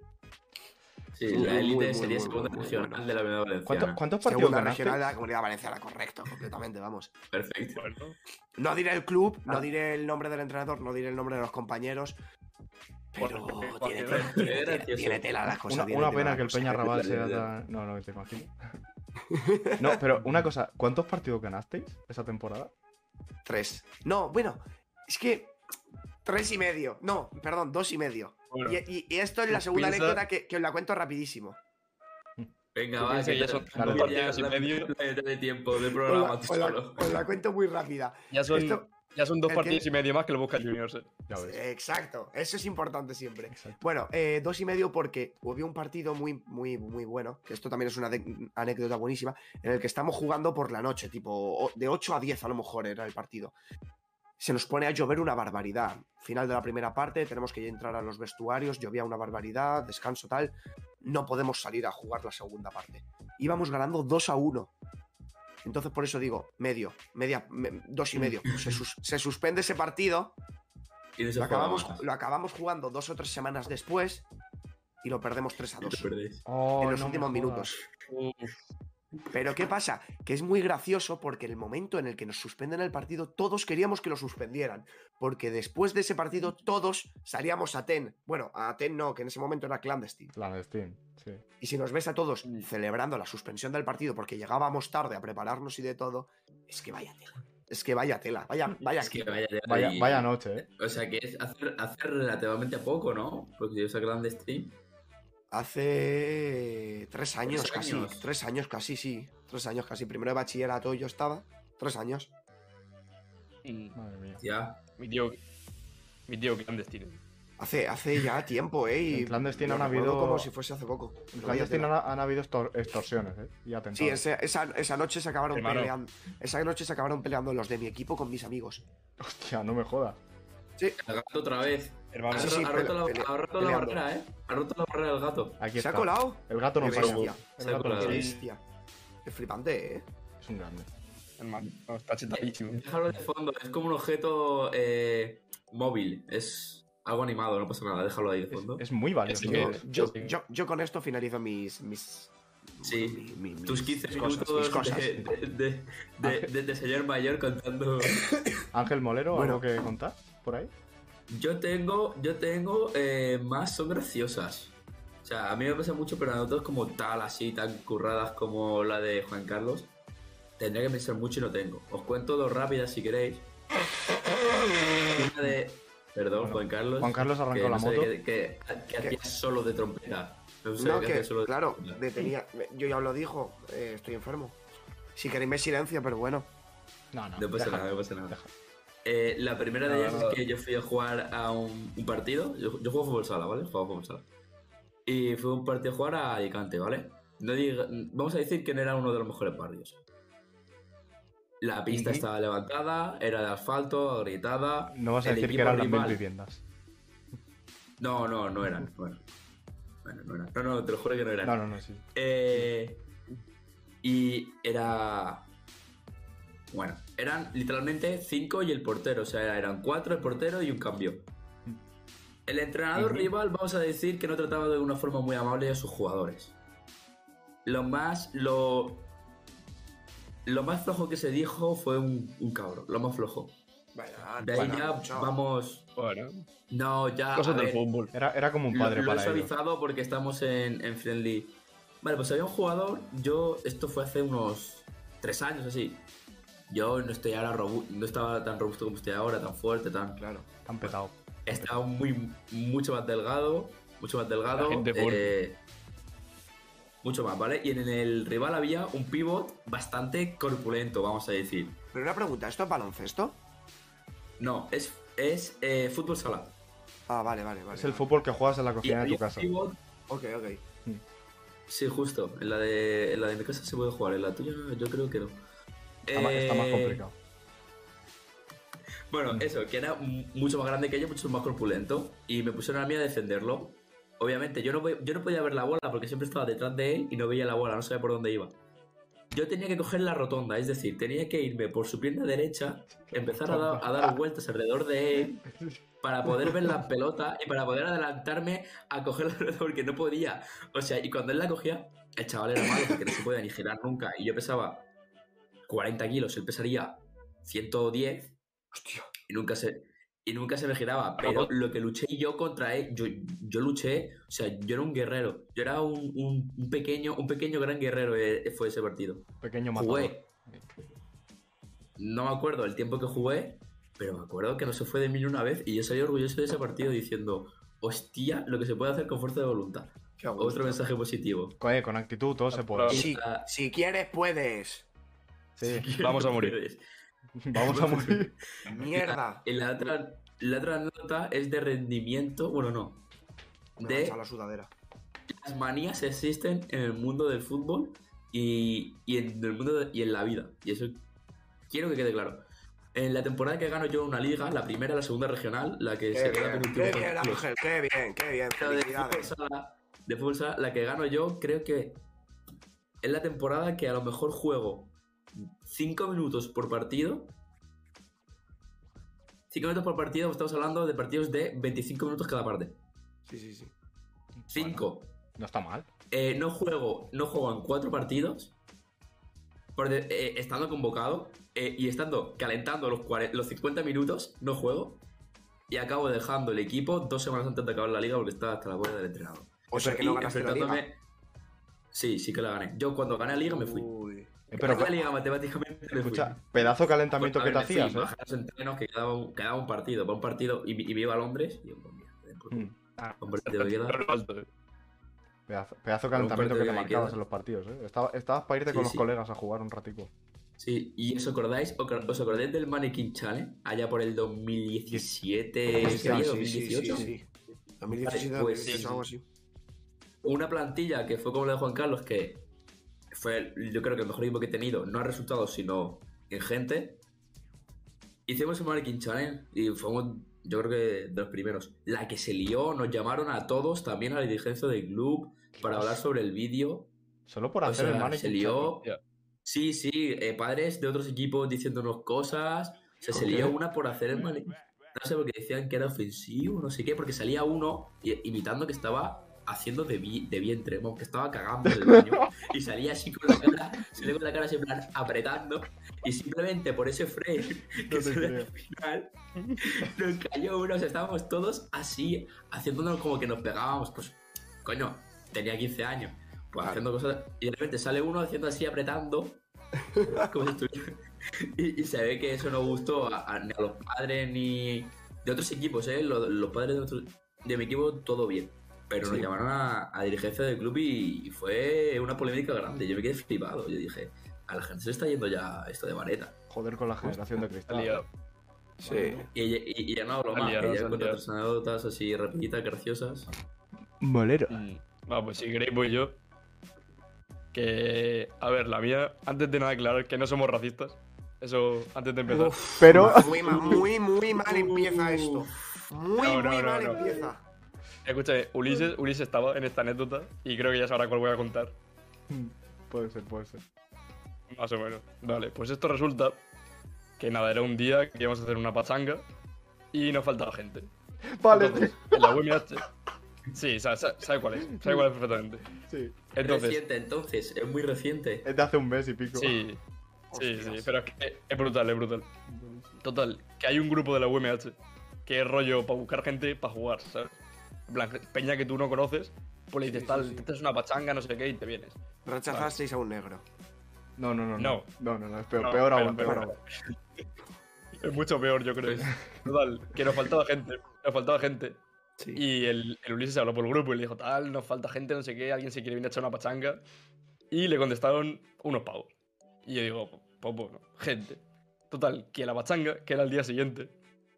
Sí, Muy, la muy, élite muy, sería muy, segunda muy, muy regional bueno. de la Comunidad ¿Cuánto- Valenciana. ¿Cuántos partidos Segunda ganaste? regional de la Comunidad Valenciana, correcto, completamente, vamos. Perfecto. Bueno, No diré el club, no Ah. diré el nombre del entrenador, no diré el nombre de los compañeros. Pero Bueno, tiene, bueno, tela, tiene, es tiene- gracioso. tiene tela las cosas. Una, tiene una tela pena las que el cosas. Peña Raval Dale, sea dale. tan... No, no, te imagino. No, pero una cosa, ¿cuántos partidos ganasteis esa temporada? Tres. No, bueno, es que tres y medio. No, perdón, dos y medio. bueno. Y, y- y esto es la segunda Piensa- anécdota que, que os la cuento rapidísimo. Venga, Tú va, piensas que que ya te- son Dale, ya partidos y la- medio. la mitad de tiempo del Os la, programa tú os la- solo. os la cuento muy rápida. Ya son Esto, Ya son dos ¿El partidos qué? y medio más que el Boca Juniors. eh. Ya ves. Exacto, eso es importante siempre. Exacto. Bueno, eh, dos y medio porque hubo un partido muy, muy, muy bueno, que esto también es una de- anécdota buenísima, en el que estamos jugando por la noche, tipo o- de ocho a diez a lo mejor era el partido. Se nos pone a llover una barbaridad. Final de la primera parte, tenemos que ya entrar a los vestuarios, llovía una barbaridad, descanso tal. No podemos salir a jugar la segunda parte. Íbamos ganando dos a uno. Entonces por eso digo, medio, media, me- dos y medio. Se, sus- se suspende ese partido. Y no se Lo juega acabamos, más. lo acabamos jugando dos o tres semanas después y lo perdemos tres a Y lo dos perdéis. Oh, en los no me últimos jodas. minutos. Uf. Pero ¿qué pasa? Que es muy gracioso porque el momento en el que nos suspenden el partido, todos queríamos que lo suspendieran. Porque después de ese partido, todos salíamos a Ten. Bueno, a Ten no, que en ese momento era clandestine. Clandestine, sí. Y si nos ves a todos celebrando la suspensión del partido porque llegábamos tarde a prepararnos y de todo, es que vaya tela. Es que vaya tela, vaya, vaya. Es que equipo. vaya, Vaya, y- vaya noche, ¿eh? O sea que es hacer, hacer relativamente poco, ¿no? Porque yo sé clandestine. Hace tres años, Tres casi. años. Tres años casi, sí. Tres años casi. Primero de bachillerato yo estaba. Tres años. Mm, Madre mía. Ya. Mi tío. Mi tío clandestino. Hace, hace ya tiempo, ¿eh? Y En clandestine lo han recuerdo habido- como si fuese hace poco. En Pero vaya clandestine tela. han, han habido estor- extorsiones, ¿eh? Y atentados. Sí, ese- esa, esa noche se acabaron Hermano. peleando. Esa noche se acabaron peleando los de mi equipo con mis amigos. Hostia, no me jodas. Sí, El gato otra vez. Hermano, Ha, Sí, ro- sí, ha roto, pele- la, ha roto la peleando. barrera, ¿eh? Ha roto la barrera del gato. Aquí se está. ha colado. El gato no Qué falla. bestia. El Se ha gato no colado. Qué falla. Sí. bestia. Es flipante, ¿eh? Es un grande. hermano, no, está chetadísimo. Déjalo de fondo. Es como un objeto eh, móvil. Es algo animado, no pasa nada. Déjalo ahí de Es, fondo. es muy valioso. Es Yo, que- yo, sí. yo, yo con esto finalizo mis. mis Sí. mi- mi- Tus mis quince cosas, minutos mis cosas. de, de, de, de- de- de señor mayor contando. Ángel Molero, Bueno. ¿algo que contar por ahí? Yo tengo, yo tengo eh, más son graciosas. O sea, a mí me pasa mucho, pero a nosotros como tal, así, tan curradas como la de Juan Carlos, tendría que pensar mucho y no tengo. Os cuento dos rápidas si queréis. Una de... Perdón, Bueno, Juan Carlos. Juan Carlos arrancó que la no sabía moto. Que, que, que hacía solo de trompeta. No, sabía No, que que, hacía solo de claro, trompeta. detenía. Yo ya os lo dijo, eh, estoy enfermo. Si queréis me silencio, pero bueno. No, no. No pasa déjalo, nada, no pasa nada. déjalo. Eh, la primera de No, ellas no, no. es que yo fui a jugar a un, un partido. Yo, yo juego fútbol sala, ¿vale? Juego fútbol sala. Y fue un partido a jugar a Alicante, ¿vale? No diga- vamos a decir que no era uno de los mejores barrios. La pista Ujú. estaba levantada, era de asfalto, agrietada. No vas a el decir que equipo eran las mil rival- viviendas. No, no, no eran. Bueno, bueno, no eran. No, no, te lo juro que no eran. No, no, no, sí. Eh, y era. Bueno, eran literalmente cinco y el portero. O sea, eran cuatro el portero y un cambio. El entrenador Ujú. rival, vamos a decir que no trataba de una forma muy amable a sus jugadores. Lo más. Lo. Lo más flojo que se dijo fue un, un cabro. Lo más flojo. Vaya, De ahí bueno, ya mucho. vamos. Bueno, No, ya. cosas a del ver, fútbol. Era, era como un lo- padre lo, he para ellos. suavizado porque estamos en, en Friendly. Vale, pues había un jugador. Yo. Esto fue hace unos. Tres años así. Yo no estoy ahora robu- no estaba tan robusto como estoy ahora, tan fuerte, tan. Claro. Han petado. Estaba muy. Mucho más delgado. Mucho más delgado. La gente fuerte. eh, mucho más, ¿vale? Y en el rival había un pivot bastante corpulento, vamos a decir. Pero una pregunta, ¿esto es baloncesto? No, es, es eh, fútbol sala. Ah, vale, vale, vale. Es el fútbol que juegas en la Y cocina de había tu un casa. pivot. Ok, ok. Sí, justo. En la, de, en la de mi casa se puede jugar, en la tuya yo creo que no. Está, más, está más Eh, complicado. Bueno, Mm. eso, que era m- mucho más grande que yo, mucho más corpulento. Y me pusieron a mí a defenderlo. Obviamente, yo no, voy- yo no podía ver la bola porque siempre estaba detrás de él y no veía la bola, no sabía por dónde iba. Yo tenía que coger la rotonda, es decir, tenía que irme por su pierna derecha, empezar a, da- a dar vueltas alrededor de él para poder ver la pelota y para poder adelantarme a coger la pelota porque no podía. O sea, y cuando él la cogía, el chaval era malo porque no se podía ni girar nunca. Y yo pesaba cuarenta kilos, él pesaría ciento diez. Hostia. Y nunca se, y nunca se me giraba. Pero lo que luché yo contra él, yo, yo luché, o sea, yo era un guerrero. Yo era un, un- un pequeño, un pequeño gran guerrero, eh, fue ese partido. Pequeño matador. Jugué. No me acuerdo el tiempo que jugué, pero me acuerdo que no se fue de mí ni una vez y yo salí orgulloso de ese partido diciendo, hostia, lo que se puede hacer con fuerza de voluntad. Qué gusto. Otro mensaje positivo. Co- eh, Con actitud todo se puede. Si, si quieres, puedes. Sí. Vamos a morir. Vamos a morir. ¡Mierda! Y la otra, la otra nota es de rendimiento, bueno, no. Me De mancha la sudadera. las manías que existen en el mundo del fútbol y, y en el mundo de- y en la vida. Y eso quiero que quede claro. En la temporada que gano yo una liga, la primera, la segunda regional, la que Qué se queda bien, penúltimo qué con bien, los- Ángel, qué bien, qué bien. pero de fútbol Felicidades. sala, de fútbol sala, la que gano yo, creo que es la temporada que a lo mejor juego cinco minutos por partido. cinco minutos por partido, estamos hablando de partidos de veinticinco minutos cada parte. Sí, sí, sí. cinco. No está mal. Eh, no juego no juego en cuatro partidos por de- eh, estando convocado eh, y estando calentando los, cuare- los cincuenta minutos, no juego y acabo dejando el equipo dos semanas antes de acabar la liga porque estaba hasta la bola del entrenador. O sea que Y no ganaste la liga. enfrentándome- Sí, sí que la gané. Yo cuando gané la liga me fui. Uy. Eh, pero, Gané la liga matemáticamente me escucha, fui. pedazo de calentamiento A que ver, te me fui, hacías, ¿eh? bajé los entrenos que quedaba un, quedaba un partido, para un partido y, y me iba a Londres y yo, pues, mira, por culo. Mm. Un partido que queda. Pero alto, eh. Pedazo, pedazo de Pero un calentamiento que partido te que me marcabas queda. en los partidos, ¿eh? Estaba- estabas para irte Sí, con los sí. colegas a jugar un ratico. Sí, y os acordáis, ¿os acordáis del Mannequin Challenge? Allá por el dos mil diecisiete, Sí, sería sí, dos mil sí, sí, dieciocho. sí. dos mil diecisiete, Vale, pues, dos mil dieciocho, sí, algo así. Una plantilla que fue como la de Juan Carlos, que fue, yo creo que el mejor equipo que he tenido, no en resultados, sino en gente. Hicimos un Mannequin Challenge y fuimos, yo creo que de los primeros. La que se lió, nos llamaron a todos, también a la dirigencia del club, para hablar sobre el vídeo. Solo por O hacer el sea, mannequin se lió. Ya. Sí, sí, eh, padres de otros equipos diciéndonos cosas. O sea, se ¿Por qué? lió una por hacer el mannequin. No sé, porque decían que era ofensivo, no sé qué, porque salía uno i- imitando que estaba haciendo de, vi- de vientre, vamos, que estaba cagando en el baño. Y salía así con la cara, salía con la cara así en plan apretando. Y simplemente por ese frame que No te se ve creo. al final, nos cayó uno. O sea, estábamos todos así, haciéndonos como que nos pegábamos. Pues, coño, tenía quince años. Pues Claro. haciendo cosas. Y de repente sale uno haciendo así, apretando. Como si estuviera. Y, y se ve que eso no gustó a, a- ni a los padres ni de otros equipos, ¿eh? Los, los padres de, otro- de mi equipo, todo bien. Pero nos Sí. llamaron a, a dirigencia del club y, y fue una polémica grande. Yo me quedé flipado. Yo dije, a la gente se le está yendo ya esto de vareta. Joder con la generación de Se ha cristal. liado. Sí. Y, y- y ya no hablo Se ha más, liado, que se ya ha cuento liado. otras anécdotas así rapiditas, graciosas. Molero. Mm. Va, pues si queréis voy yo. Que, a ver, la mía, antes de nada aclarar que no somos racistas. Eso, antes de empezar. Uf, Pero- Muy, ma- muy, muy mal empieza esto. Muy, No, no, muy no, mal no. empieza. Escúchame, Ulises, Ulises estaba en esta anécdota y creo que ya sabrá cuál voy a contar. Puede ser, puede ser. Más o menos. Vale, pues esto resulta que nada, era un día que íbamos a hacer una pachanga y nos faltaba gente. Vale, Entonces, en la U M H. Sí, sabe, sabe- sabe cuál es, sabe cuál es perfectamente. sí. Entonces, Reciente, entonces, es muy reciente. Es de hace un mes y pico. sí, sí, Hostias. sí, pero es que es brutal, es brutal. Total, que hay un grupo de la U M H que es rollo para buscar gente para jugar, ¿sabes? En plan, peña que tú no conoces, pues le dices Sí, sí, tal, sí. esta es una pachanga, no sé qué, y te vienes. Rechazasteis a un negro. No, no, no. No. No, no, no, es peor, No, peor espera, aún, peor espera. aún. Es mucho peor, yo creo. Total, que nos faltaba gente, nos faltaba gente. Sí. Y el, el Ulises se habló por el grupo y le dijo, tal, nos falta gente, no sé qué, alguien se quiere venir a echar una pachanga. Y le contestaron unos pavos. Y yo digo, pues bueno, gente. Total, que la pachanga, que era el día siguiente,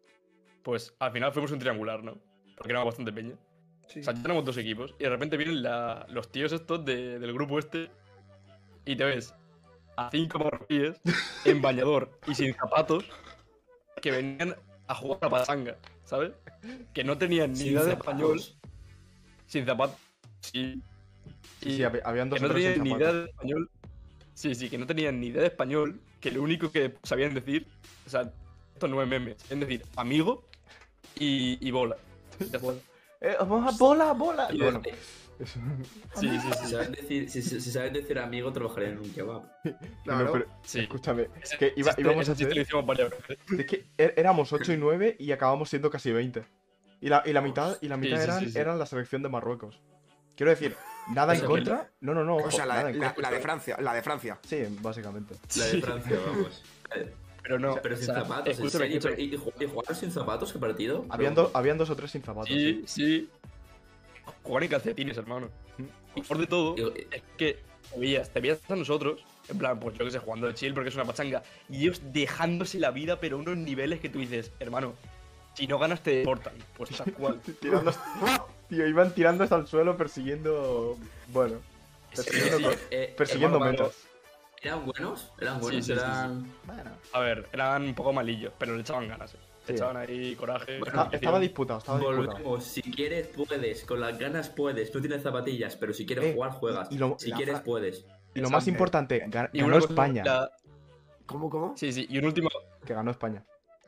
pues al final fuimos un triangular, ¿no? Porque era bastante peña. Sí. O sea, tenemos dos equipos y de repente vienen la- los tíos estos de- del grupo este y te ves a cinco marroquíes en bañador y sin zapatos que venían a jugar a pachanga, ¿sabes? Que no tenían ni Sin idea de zapatos. español, sin zapatos, sí. Sí, sí, hab- habían dos que o no tres tenían sin ni zapatos. idea de español. Sí, sí, que no tenían ni idea de español, que lo único que sabían decir, o sea, esto no es meme, es decir, amigo y, y bola. Ya está. Eh, vamos a bola, bola. Y Bueno, eh, eso- Sí, sí, Si sí. sabes decir, si, si- si sabes decir amigo, trabajaré en un kebab. Claro. no, pero, Sí. escúchame, Ese- que iba- ese- íbamos a ese chiste hacer- lo hicimos varias veces. es que é- éramos ocho y nueve y acabamos siendo casi veinte. Y la, y la mitad, y la Sí, mitad sí, eran, sí, sí. eran la selección de Marruecos. Quiero decir, nada O en sea, contra. No, no no. O sea, la, nada en la- contra. la de Francia, la de Francia. Sí, básicamente. La de Francia, vamos. Pero no, Pero sin o sea, zapatos, ¿en escúchame, serio? escúchame. ¿Y, y ju- y jugaron sin zapatos qué partido? Habían, do- habían dos o tres sin zapatos. Sí, sí. Jugar en calcetines, hermano. Lo mejor de todo Y- es que te veías, te veías a nosotros En plan, pues yo que sé, jugando de chill porque es una pachanga. Y ellos dejándose la vida, pero a unos niveles que tú dices, hermano, si no ganas te deportan. Pues tal cual. Tirando... Tío, iban tirando hasta el suelo persiguiendo... Bueno, persiguiendo, Sí, sí, eh, persiguiendo eh, bueno, metas. ¿Eran buenos? ¿Eran buenos? Sí, sí, sí, eran... Bueno, A ver, eran un poco malillos, pero le echaban ganas. Eh. Le Sí. echaban ahí coraje. Bueno, Está- estaba disputado, estaba disputado. Volvemos, si quieres puedes, con las ganas puedes, no tienes zapatillas, pero si quieres Eh, jugar juegas, y- y lo- si la quieres fra- puedes. Y lo más Exacto. importante, ga- Y ganó una cosa, España. la- ¿Cómo, cómo? Sí, sí, y un último, Que ganó España.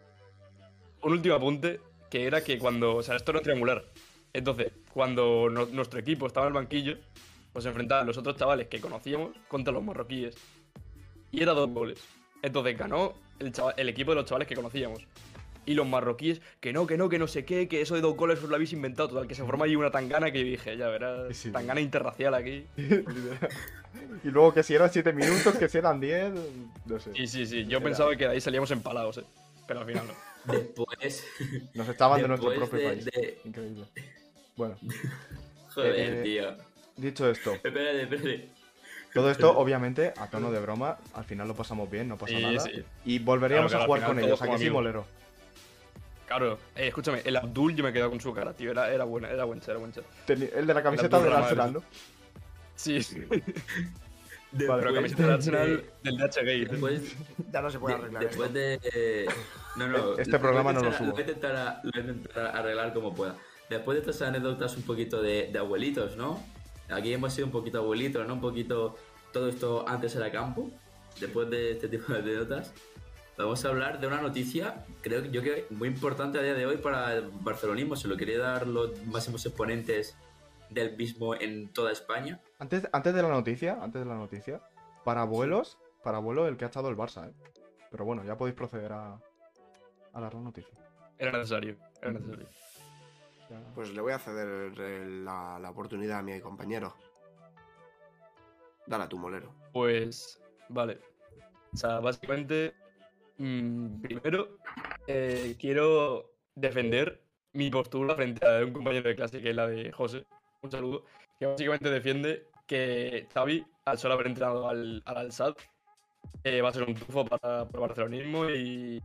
un último apunte, que era que cuando, o sea, esto era triangular. Entonces, cuando no- nuestro equipo estaba en el banquillo, pues se enfrentaban los otros chavales que conocíamos contra los marroquíes. Y era dos goles. Entonces ganó el, chaval- el equipo de los chavales que conocíamos. Y los marroquíes, que no, que no, que no sé qué, que eso de dos goles os lo habéis inventado. Total, que se forma ahí una tangana que dije, ya verás, Sí, sí. tangana interracial aquí. Y luego que si eran siete minutos, que si eran diez, no sé. Sí, sí, sí, yo Era- pensaba que de ahí salíamos empalados, eh. Pero al final no. Después, Nos echaban de nuestro después propio de- país. de- Increíble. Bueno, joder, Eh, tío. dicho esto, Espérate, espérate. todo esto obviamente a tono de broma, al final lo pasamos bien, no pasa Sí, nada. sí. Y volveríamos Claro, a claro, jugar al con final ellos, todos ¿a que sí, como molero? Claro, eh, escúchame, el Abdul yo me he quedado con su cara, tío. Era, era buena, era buen chat, era buen chat. Teni- El de la camiseta Abdul del Rahman. Arsenal, ¿no? Sí, sí. Después Pero camiseta del de- Arsenal del D H Gate. Después, Ya no se puede de- arreglar después esto. de. No, no. Este lo programa voy a no lo intentar- subo. Lo voy a intentar, a- lo voy a intentar arreglar como pueda. Después de estas anécdotas un poquito de, de abuelitos, ¿no? Aquí hemos sido un poquito abuelitos, ¿no? Un poquito. Todo esto antes era campo. Después de este tipo de anécdotas. Vamos a hablar de una noticia, creo que yo que muy importante a día de hoy para el barcelonismo. Se lo quería dar los máximos exponentes del mismo en toda España. Antes, antes de la noticia, antes de la noticia, para abuelos, para abuelo el que ha echado el Barça, ¿eh? Pero bueno, ya podéis proceder a, a dar la noticia. Era necesario, era necesario. Ya- Pues le voy a ceder el- la, la oportunidad a mi compañero. Dale a tu molero. Pues, vale. O sea, básicamente, mm, primero, eh, quiero defender mi postura frente a un compañero de clase, que es la de José. Un saludo. Que básicamente defiende que Xavi, al solo haber entrenado al, al Al-Sadd, eh, va a ser un tufo para, para el barcelonismo y,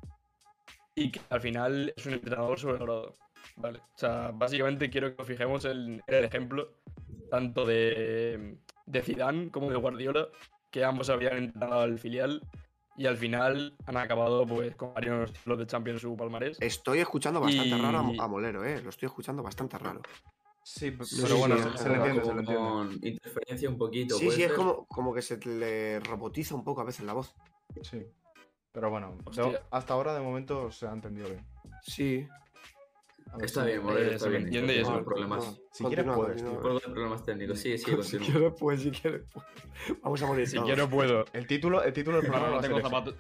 y que al final es un entrenador sobrevalorado. Vale. O sea, básicamente quiero que nos fijemos en, en el ejemplo tanto de, de Zidane como de Guardiola, que ambos habían entrenado al filial y al final han acabado pues con varios títulos de Champions en su palmarés. Estoy escuchando bastante Y- raro a, a Molero, ¿eh? Lo estoy escuchando bastante raro. Sí, p- Sí, pero bueno, sí, se, es se le como- entiende, se Como le entiende. Con interferencia un poquito. Sí, ¿puede sí, es ser? como, como que se le robotiza un poco a veces la voz. Sí. Pero bueno, Hostia. de- hasta ahora de momento se ha entendido bien. Sí. A ver Está si- bien, Molero, eh, está se me bien. entiende y No eso. hay problemas. Si quieres Continúa, puedes, continúa. tío. Por los problemas técnicos. Sí, sí, Si continúa. quieres, pues, si quieres, pues. Vamos a morir Si todos. quiero puedo. El título, el título del No, programa no va a tengo ser zapatos.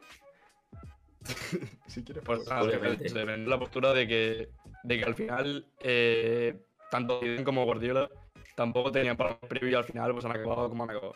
ese. Si quieres Pues puedes. nada, Obviamente. se defendió la postura de que, de que al final eh, tanto Zidane como Guardiola tampoco tenían para previo y al final pues han acabado como han acabado.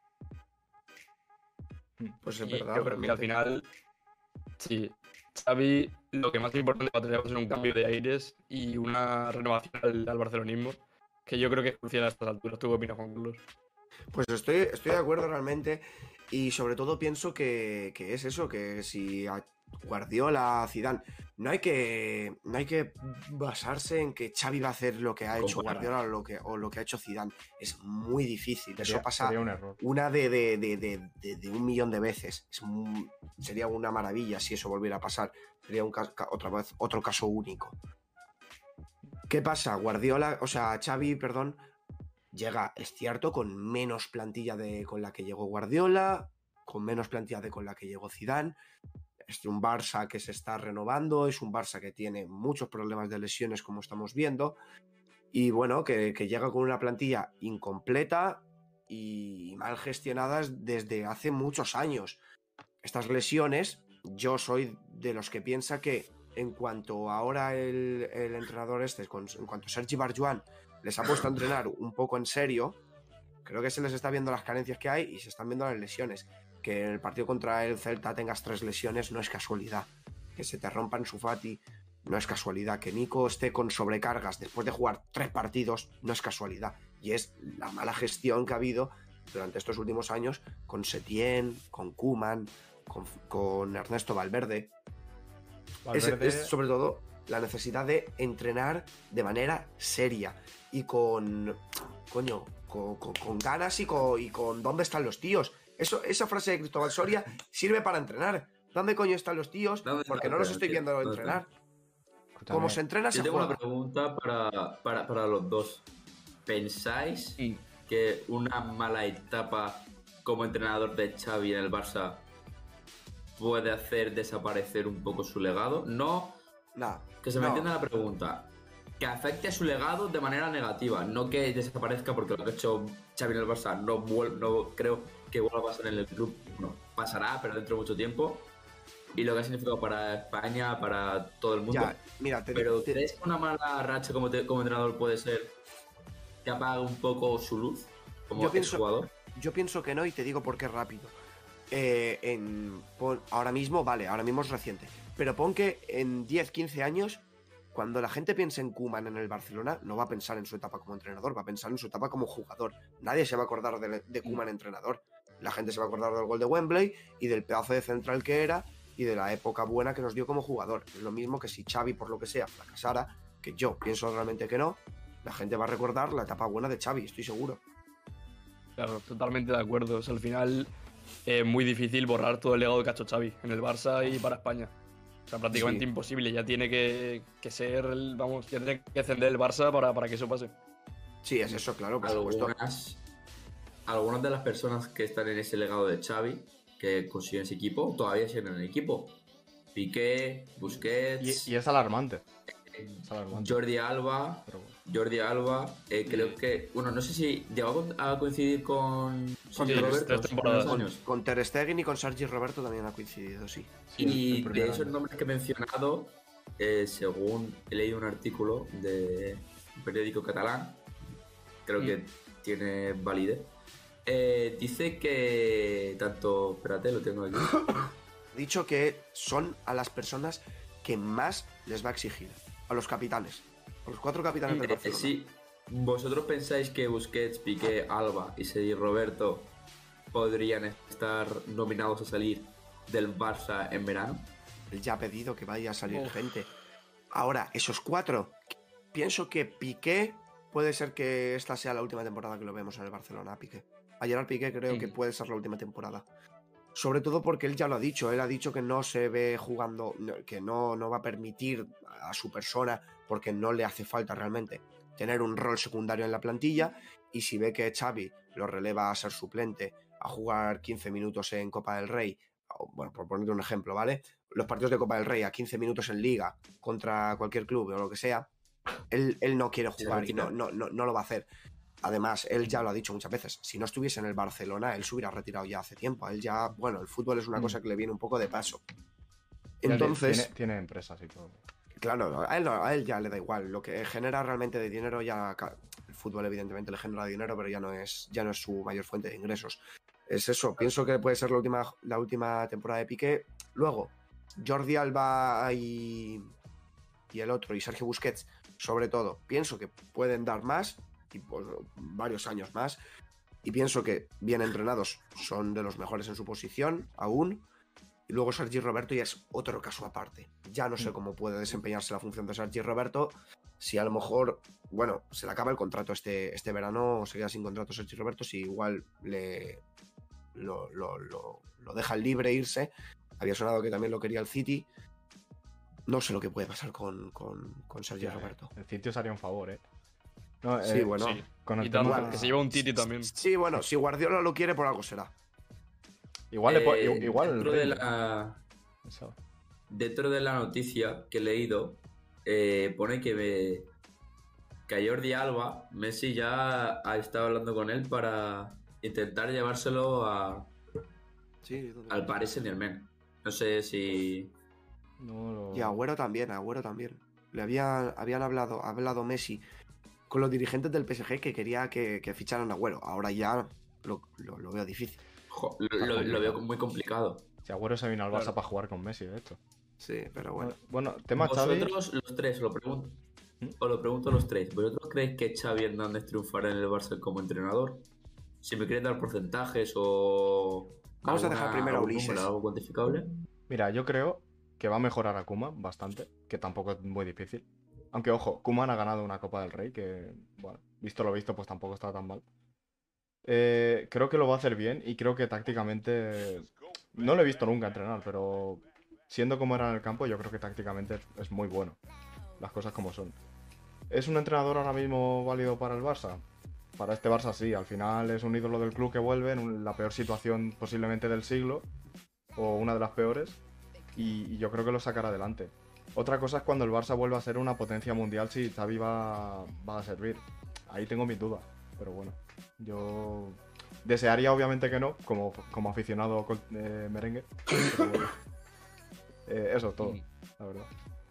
Pues es Y verdad. yo creo que al realmente. final, sí, Xavi lo que más importante va a tener va a ser un cambio de aires y una renovación al, al barcelonismo, que yo creo que es crucial a estas alturas. ¿Tú qué opinas, Juan Carlos? Pues estoy, estoy de acuerdo realmente. Y sobre todo pienso que, que es eso, que si a Guardiola, Zidane, no hay que no hay que basarse en que Xavi va a hacer lo que ha hecho Comparar. Guardiola o lo que, o lo que ha hecho Zidane. Es muy difícil. Sería, Eso pasa sería un error. una de, de, de, de- de- de un millón de veces. Es un- sería una maravilla si eso volviera a pasar. Sería un ca- ca- otra vez otro caso único. ¿Qué pasa? Guardiola, o sea, Xavi, perdón, llega, es cierto, con menos plantilla de con la que llegó Guardiola, con menos plantilla de con la que llegó Zidane. Es un Barça que se está renovando, es un Barça que tiene muchos problemas de lesiones, como estamos viendo. Y bueno, que, que llega con una plantilla incompleta y mal gestionadas desde hace muchos años. Estas lesiones, yo soy de los que piensa que en cuanto ahora el, el entrenador este, con- en cuanto Sergi Barjuan les ha puesto a entrenar un poco en serio, creo que se les está viendo las carencias que hay y se están viendo las lesiones. Que en el partido contra el Celta tengas tres lesiones no es casualidad. Que se te rompan Ansu Fati no es casualidad. Que Nico esté con sobrecargas después de jugar tres partidos no es casualidad. Y es la mala gestión que ha habido durante estos últimos años con Setién, con Koeman, con, con Ernesto Valverde. Valverde... Es, es sobre todo la necesidad de entrenar de manera seria y con, coño, con, con, con ganas y con, y con ¿dónde están los tíos? Eso, esa frase de Cristóbal Soria sirve para entrenar. ¿Dónde coño están los tíos? Porque no los estoy viendo entrenar. Como se entrena, se Yo tengo juega. una pregunta para, para, para los dos. ¿Pensáis Sí. que una mala etapa como entrenador de Xavi en el Barça puede hacer desaparecer un poco su legado? No, Nah, que se me no. entienda la pregunta. Que afecte a su legado de manera negativa, no que desaparezca porque lo que ha hecho Xavi en el Barça no, vuel- no creo que vuelva a pasar en el club. Bueno, pasará, pero dentro de mucho tiempo. Y lo que ha significado para España, para todo el mundo. Ya, mira, te Pero te- ¿crees que una mala racha como, te- como entrenador puede ser que apague un poco su luz como Yo pienso- jugador? Yo pienso que no y te digo por qué rápido. Eh, en, pon- ahora mismo, vale, ahora mismo es reciente. Pero pon que en diez, quince años, cuando la gente piense en Koeman en el Barcelona, no va a pensar en su etapa como entrenador, va a pensar en su etapa como jugador. Nadie se va a acordar de, de Koeman entrenador. La gente se va a acordar del gol de Wembley y del pedazo de central que era y de la época buena que nos dio como jugador. Es lo mismo que si Xavi, por lo que sea, fracasara, que yo pienso realmente que no, la gente va a recordar la etapa buena de Xavi, estoy seguro. Claro, totalmente de acuerdo. O sea, al final es muy difícil borrar todo el legado que ha hecho Xavi en el Barça y para España. O sea, prácticamente Sí. imposible. Ya tiene que, que ser, el, vamos, ya tiene que ascender el Barça para, para que eso pase. Sí, es eso, claro, por supuesto. Algunas, algunas de las personas que están en ese legado de Xavi, que consiguen ese equipo, todavía siguen en el equipo. Piqué, Busquets, Y, y es alarmante. Es alarmante. Jordi Alba, Pero bueno. Jordi Alba, eh, creo que, bueno, no sé si llegó a con- a coincidir con Sergio Sí, Roberto tres hace temporadas. unos años. Con Ter Stegen y con Sergi Roberto también ha coincidido, sí. Sí, el- Y el primer de esos año. nombres que he mencionado, eh, según he leído un artículo de un periódico catalán, creo Mm. que tiene validez, eh, dice que tanto, espérate, lo tengo aquí. He dicho que son a las personas que más les va a exigir, a los capitanes, a los cuatro capitanes del Eh, Barcelona. sí, ¿vosotros pensáis que Busquets, Piqué, Alba y Sergi Roberto podrían estar nominados a salir del Barça en verano? Él ya ha pedido que vaya a salir Uf. gente. Ahora, esos cuatro, pienso que Piqué puede ser que esta sea la última temporada que lo vemos en el Barcelona, a Piqué. A Gerard Piqué creo Mm. que puede ser la última temporada. Sobre todo porque él ya lo ha dicho, él ha dicho que no se ve jugando, no- que no, no va a permitir a su persona, porque no le hace falta realmente, tener un rol secundario en la plantilla, y si ve que Xavi lo releva a ser suplente, a jugar quince minutos en Copa del Rey, o, bueno, por ponerte un ejemplo, ¿vale? Los partidos de Copa del Rey a quince minutos en Liga contra cualquier club o lo que sea, él, él no quiere Se jugar y retira. no, no, no, no lo va a hacer. Además, él ya lo ha dicho muchas veces, si no estuviese en el Barcelona, él se hubiera retirado ya hace tiempo. A él ya, bueno, el fútbol es una Mm. cosa que le viene un poco de paso. Tiene- Entonces, Tiene, tiene empresas y todo. claro, a él, no- a él ya le da igual. Lo que genera realmente de dinero ya... ca- El fútbol evidentemente le genera dinero, pero ya no es, ya no es su mayor fuente de ingresos. Es eso, pienso que puede ser la última, la última temporada de Piqué. Luego, Jordi Alba y, y el otro, y Sergio Busquets, sobre todo, pienso que pueden dar más, y pues, varios años más, y pienso que bien entrenados son de los mejores en su posición, aún. Y luego Sergi Roberto ya es otro caso aparte. Ya no sé cómo puede desempeñarse la función de Sergi Roberto. Si a lo mejor, bueno, se le acaba el contrato este, este verano, o se queda sin contrato Sergi Roberto, si igual le lo, lo, lo, lo dejan libre irse. Había sonado que también lo quería el City. No sé lo que puede pasar con, con, con Sergi Hostia, Roberto. El sitio se haría un favor, ¿eh? No, Sí, eh, bueno. Sí. Con el Y tanto, tema- que se lleva un Titi también. Sí, bueno, si Guardiola lo quiere, por algo será. Igual, le po- Eh, igual el dentro, de rey, la, eso. dentro de la noticia que he leído, eh, pone que, me, que a Jordi Alba, Messi ya ha estado hablando con él para intentar llevárselo a, Sí, al Paris Saint-Germain. No sé si... No lo- Y Agüero también, Agüero también. Le habían, habían hablado, hablado Messi con los dirigentes del P S G que quería que, que ficharan a Agüero. Ahora ya lo, lo- lo veo difícil. jo, lo, lo- lo veo muy complicado. Si Agüero se vino al Barça Claro. para jugar con Messi, de hecho. Sí, pero bueno. Bueno, tema Xavi. Vosotros, los tres, lo pregunto. ¿Mm? Os lo pregunto a los tres. ¿Vosotros creéis que Xavi Hernández triunfará en el Barça como entrenador? si me quieres dar porcentajes o... Vamos a dejar alguna- primero a algún Ulises. número, algo cuantificable. Mira, yo creo que va a mejorar a Koeman bastante, que tampoco es muy difícil. Aunque, ojo, Koeman ha ganado una Copa del Rey, que, bueno, visto lo visto, pues tampoco está tan mal. Eh, creo que lo va a hacer bien y creo que tácticamente... No lo he visto nunca entrenar, pero siendo como era en el campo, yo creo que tácticamente es, es muy bueno. Las cosas como son. ¿Es un entrenador ahora mismo válido para el Barça? Para este Barça sí, al final es un ídolo del club que vuelve en un- la peor situación posiblemente del siglo, o una de las peores, y, y yo creo que lo sacará adelante. Otra cosa es cuando el Barça vuelva a ser una potencia mundial, si Xavi va, va a servir. Ahí tengo mis dudas, pero bueno, yo desearía obviamente que no, como, como aficionado col- eh, merengue. Pero bueno. Eh, eso es todo, la verdad.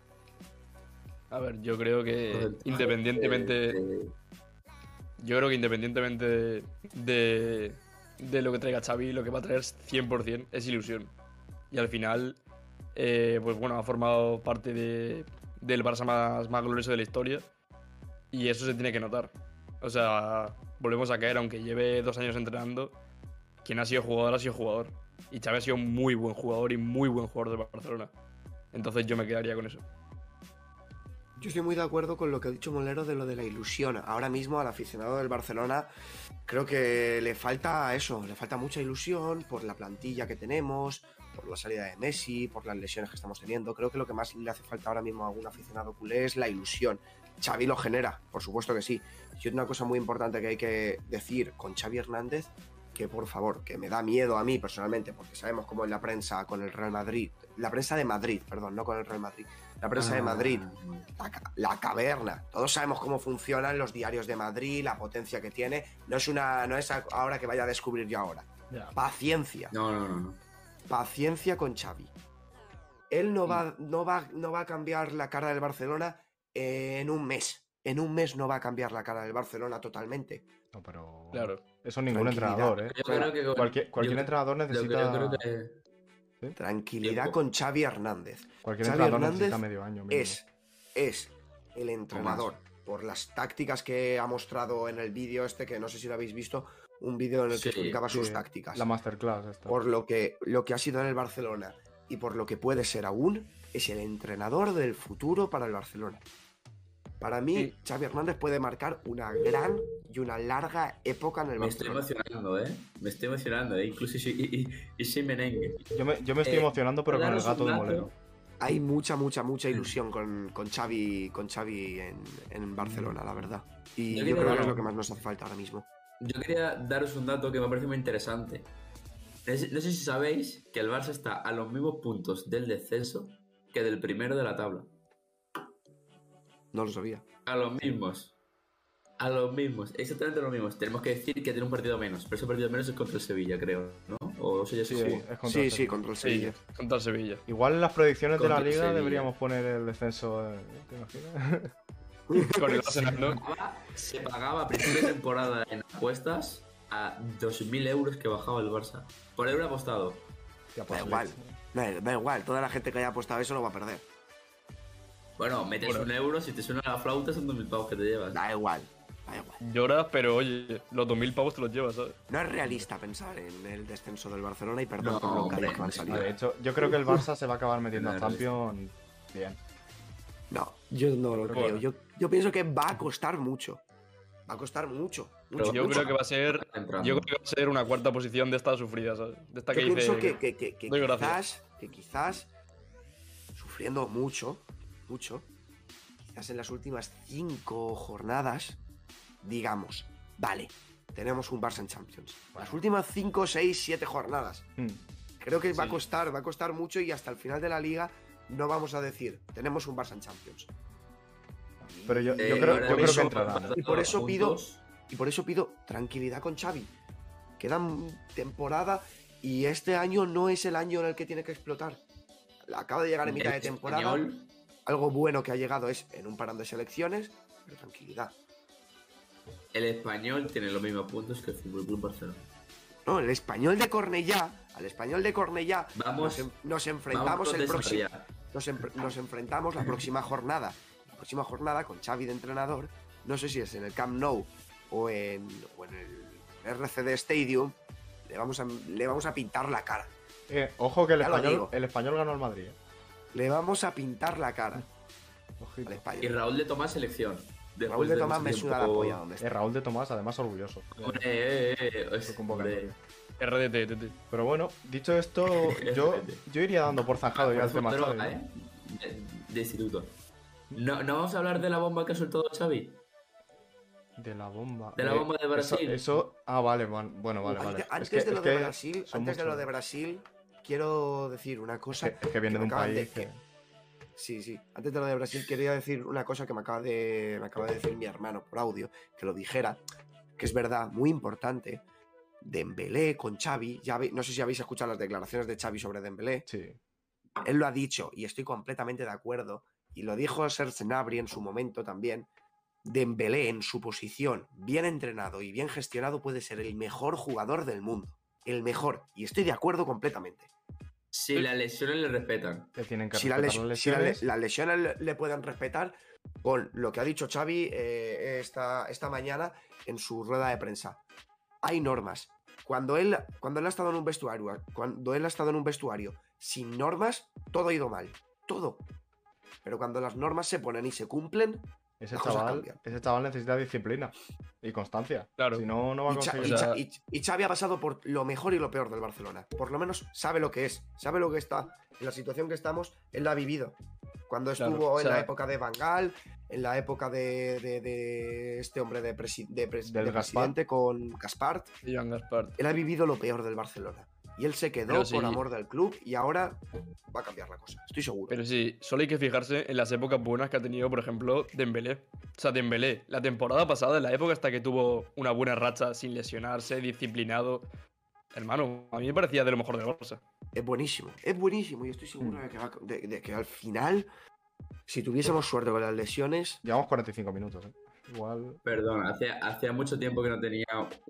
A ver, yo creo que Entonces, independientemente... eh, eh, Yo creo que independientemente de, de, de lo que traiga Xavi, lo que va a traer cien por cien es ilusión. Y al final, eh, pues bueno, ha formado parte de, del Barça más, más glorioso de la historia. Y eso se tiene que notar. O sea, volvemos a caer, aunque lleve dos años entrenando, quien ha sido jugador ha sido jugador. Y Xavi ha sido un muy buen jugador y muy buen jugador de Barcelona. Entonces yo me quedaría con eso. Yo estoy muy de acuerdo con lo que ha dicho Molero de lo de la ilusión. Ahora mismo al aficionado del Barcelona creo que le falta eso, le falta mucha ilusión por la plantilla que tenemos, por la salida de Messi, por las lesiones que estamos teniendo. Creo que lo que más le hace falta ahora mismo a algún aficionado culé es la ilusión. Xavi lo genera, por supuesto que sí. Y una cosa muy importante que hay que decir con Xavi Hernández, que por favor, que me da miedo a mí personalmente, porque sabemos cómo es la prensa con el Real Madrid, la prensa de Madrid, perdón, no con el Real Madrid, la prensa de Madrid, la, ca- la caverna. Todos sabemos cómo funcionan los diarios de Madrid, la potencia que tiene. No es una, no es a- ahora que vaya a descubrir yo ahora. Paciencia, No, no, no, no. paciencia con Xavi. Él no va, no va, no va a cambiar la cara del Barcelona en un mes. En un mes no va a cambiar la cara del Barcelona totalmente. No, pero... Claro. Eso ningún Tranquilidad. entrenador, ¿eh? Yo creo que con- Cualquier, cualquier yo- entrenador Lo que necesita... yo creo que... Tranquilidad Tiempo. con Xavi Hernández. Cualquier Xavi entrenador Hernández necesita medio año mínimo. Es, es el entrenador. Por las tácticas que ha mostrado en el vídeo este, que no sé si lo habéis visto, un vídeo en el que Sí, explicaba sus Sí, tácticas. La masterclass esta. Por lo que, lo que ha sido en el Barcelona y por lo que puede ser aún, es el entrenador del futuro para el Barcelona. Para mí, Sí. Xavi Hernández puede marcar una gran y una larga época en el Me estoy Barcelona. emocionando, ¿eh? Me estoy emocionando, ¿eh? Incluso y, y, y, y sin merengue. Yo me, yo me estoy Eh, emocionando, pero con el daros un gato de dato. Molero. Hay mucha, mucha, mucha ilusión con, con Xavi, con Xavi en, en Barcelona, la verdad. Y Yo yo, creo creo que que- es lo que más nos hace falta ahora mismo. Yo quería daros un dato que me parece muy interesante. No sé, no sé si sabéis que el Barça está a los mismos puntos del descenso que del primero de la tabla. No lo sabía. A los mismos. A los mismos. Exactamente los mismos. Tenemos que decir que tiene un partido menos. Pero ese partido menos es contra el Sevilla, creo, ¿no? O eso ya Sí, sí. es contra Sí, el sí, Sevilla. contra el Sí, Sevilla. contra el Sevilla. Igual en las predicciones de la Contra el liga Sevilla. deberíamos poner el descenso. eh, ¿Te imaginas? Con el Arsenal, ¿no? Pagaba- Se pagaba a principio de temporada en apuestas a dos mil euros que bajaba el Barça. Por euro apostado. Ya, pues, Da igual. Da, da igual, toda la gente que haya apostado eso lo va a perder. Bueno, metes Bueno. un euro, si te suena la flauta son dos mil pavos que te llevas. Da igual, da igual. Lloras, pero oye, los dos mil pavos te los llevas, ¿sabes? No es realista pensar en el descenso del Barcelona y perdón No, por lo hombre, que han salido. De hecho, yo creo que el Barça se va a acabar metiendo a No, Champions bien. No, yo no lo Bueno. creo. Yo, yo pienso que va a costar mucho. Va a costar mucho. Pero mucho, Yo mucho. creo que va a ser. Entrando. Yo creo que va a ser una cuarta posición de esta sufrida, ¿sabes? De esta Yo que dice. pienso que, que, que, que doy gracias. quizás, que quizás, sufriendo mucho, mucho, quizás en las últimas cinco jornadas, digamos, vale, tenemos un Barça en Champions. Las últimas cinco, seis, siete jornadas. Hmm. Creo que va a Sí. costar, va a costar mucho y hasta el final de la liga no vamos a decir, tenemos un Barça en Champions. Pero yo, yo Eh, creo, ahora yo creo mismo, que entrarán. para Y por eso todos pido- juntos, Y por eso pido tranquilidad con Xavi. Quedan temporada y este año no es el año en el que tiene que explotar. Acaba de llegar en mitad de el temporada. español, Algo bueno que ha llegado es en un parón de selecciones, pero tranquilidad. el español tiene los mismos puntos que el Fútbol Club Barcelona. No, el español de Cornellá, al español de Cornellá, Vamos, nos, en- nos enfrentamos vamos el próximo. desarrollar. Nos, en- nos enfrentamos la próxima jornada. La próxima jornada con Xavi de entrenador. No sé si es en el Camp Nou o en, o en el R C D Stadium, le vamos a, le vamos a pintar la cara. Eh, ojo que el Ya lo español, digo. el español ganó al Madrid. ¿eh? Le vamos a pintar la cara Ojito. al Y español. Raúl de Tomás, selección. Después Raúl de Tomás mucho me suda la tiempo- polla donde Eh, está. Raúl de Tomás, además orgulloso. Hombre, eh, eh, eh, es- Su convocatoria. hombre. R D T, T T. Pero bueno, dicho esto, yo, yo iría dando por zanjado ya el tema, Droga, ¿sabes? ¿eh? De, de instituto. No, no vamos a hablar de la bomba que ha soltado Xavi. De la bomba. De la Eh, bomba de Brasil. Eso, eso- ah, vale, man- bueno, vale, Antes, vale. antes Es que- de lo es de que Brasil, son antes de lo muchos. de Brasil, quiero decir una cosa. Es que, es que viene que de me un acaban país de- que... Sí, sí. Antes de lo de Brasil quería decir una cosa que me acaba de, me acaba de decir mi hermano por audio, que lo dijera, que es verdad, muy importante. Dembélé con Xavi, ya ve- no sé si habéis escuchado las declaraciones de Xavi sobre Dembélé. Sí. Él lo ha dicho y estoy completamente de acuerdo. Y lo dijo Serge Gnabry en su momento también. Dembélé en su posición, bien entrenado y bien gestionado, puede ser el mejor jugador del mundo. El mejor. Y estoy de acuerdo completamente. Si las lesiones le respetan. Le tienen que Si, la respetar les- las si la le- lesiones. las lesiones le, le pueden respetar con lo que ha dicho Xavi eh, esta, esta mañana en su rueda de prensa. Hay normas. Cuando él, cuando él ha estado en un vestuario, cuando él ha estado en un vestuario sin normas, todo ha ido mal. Todo. Pero cuando las normas se ponen y se cumplen, Ese las cosas chaval, cambian. ese chaval necesita disciplina y constancia. Claro. Si no, no va a Y, Cha- conseguir. y o sea- Cha- y- y Xavi ha pasado por lo mejor y lo peor del Barcelona. Por lo menos sabe lo que es, sabe lo que está. En la situación que estamos, él la ha vivido. Cuando Claro, estuvo o en la sea- época de Van Gaal, en la época de, de- de este hombre de, presi- de pres- Del de Gaspar. presidente con Gaspar, Joan Gaspar. él ha vivido lo peor del Barcelona. Y él se quedó Pero por sí. amor del club y ahora va a cambiar la cosa, estoy seguro. Pero sí, solo hay que fijarse en las épocas buenas que ha tenido, por ejemplo, Dembélé. O sea, Dembélé, la temporada pasada, en la época hasta que tuvo una buena racha sin lesionarse, disciplinado. Hermano, a mí me parecía de lo mejor del Barça. Es buenísimo, es buenísimo y estoy seguro Mm. de, que va- de- de que al final, si tuviésemos suerte con las lesiones, Llevamos cuarenta y cinco minutos, ¿eh? Igual. Perdón, hacía, hacía mucho tiempo que no tenía.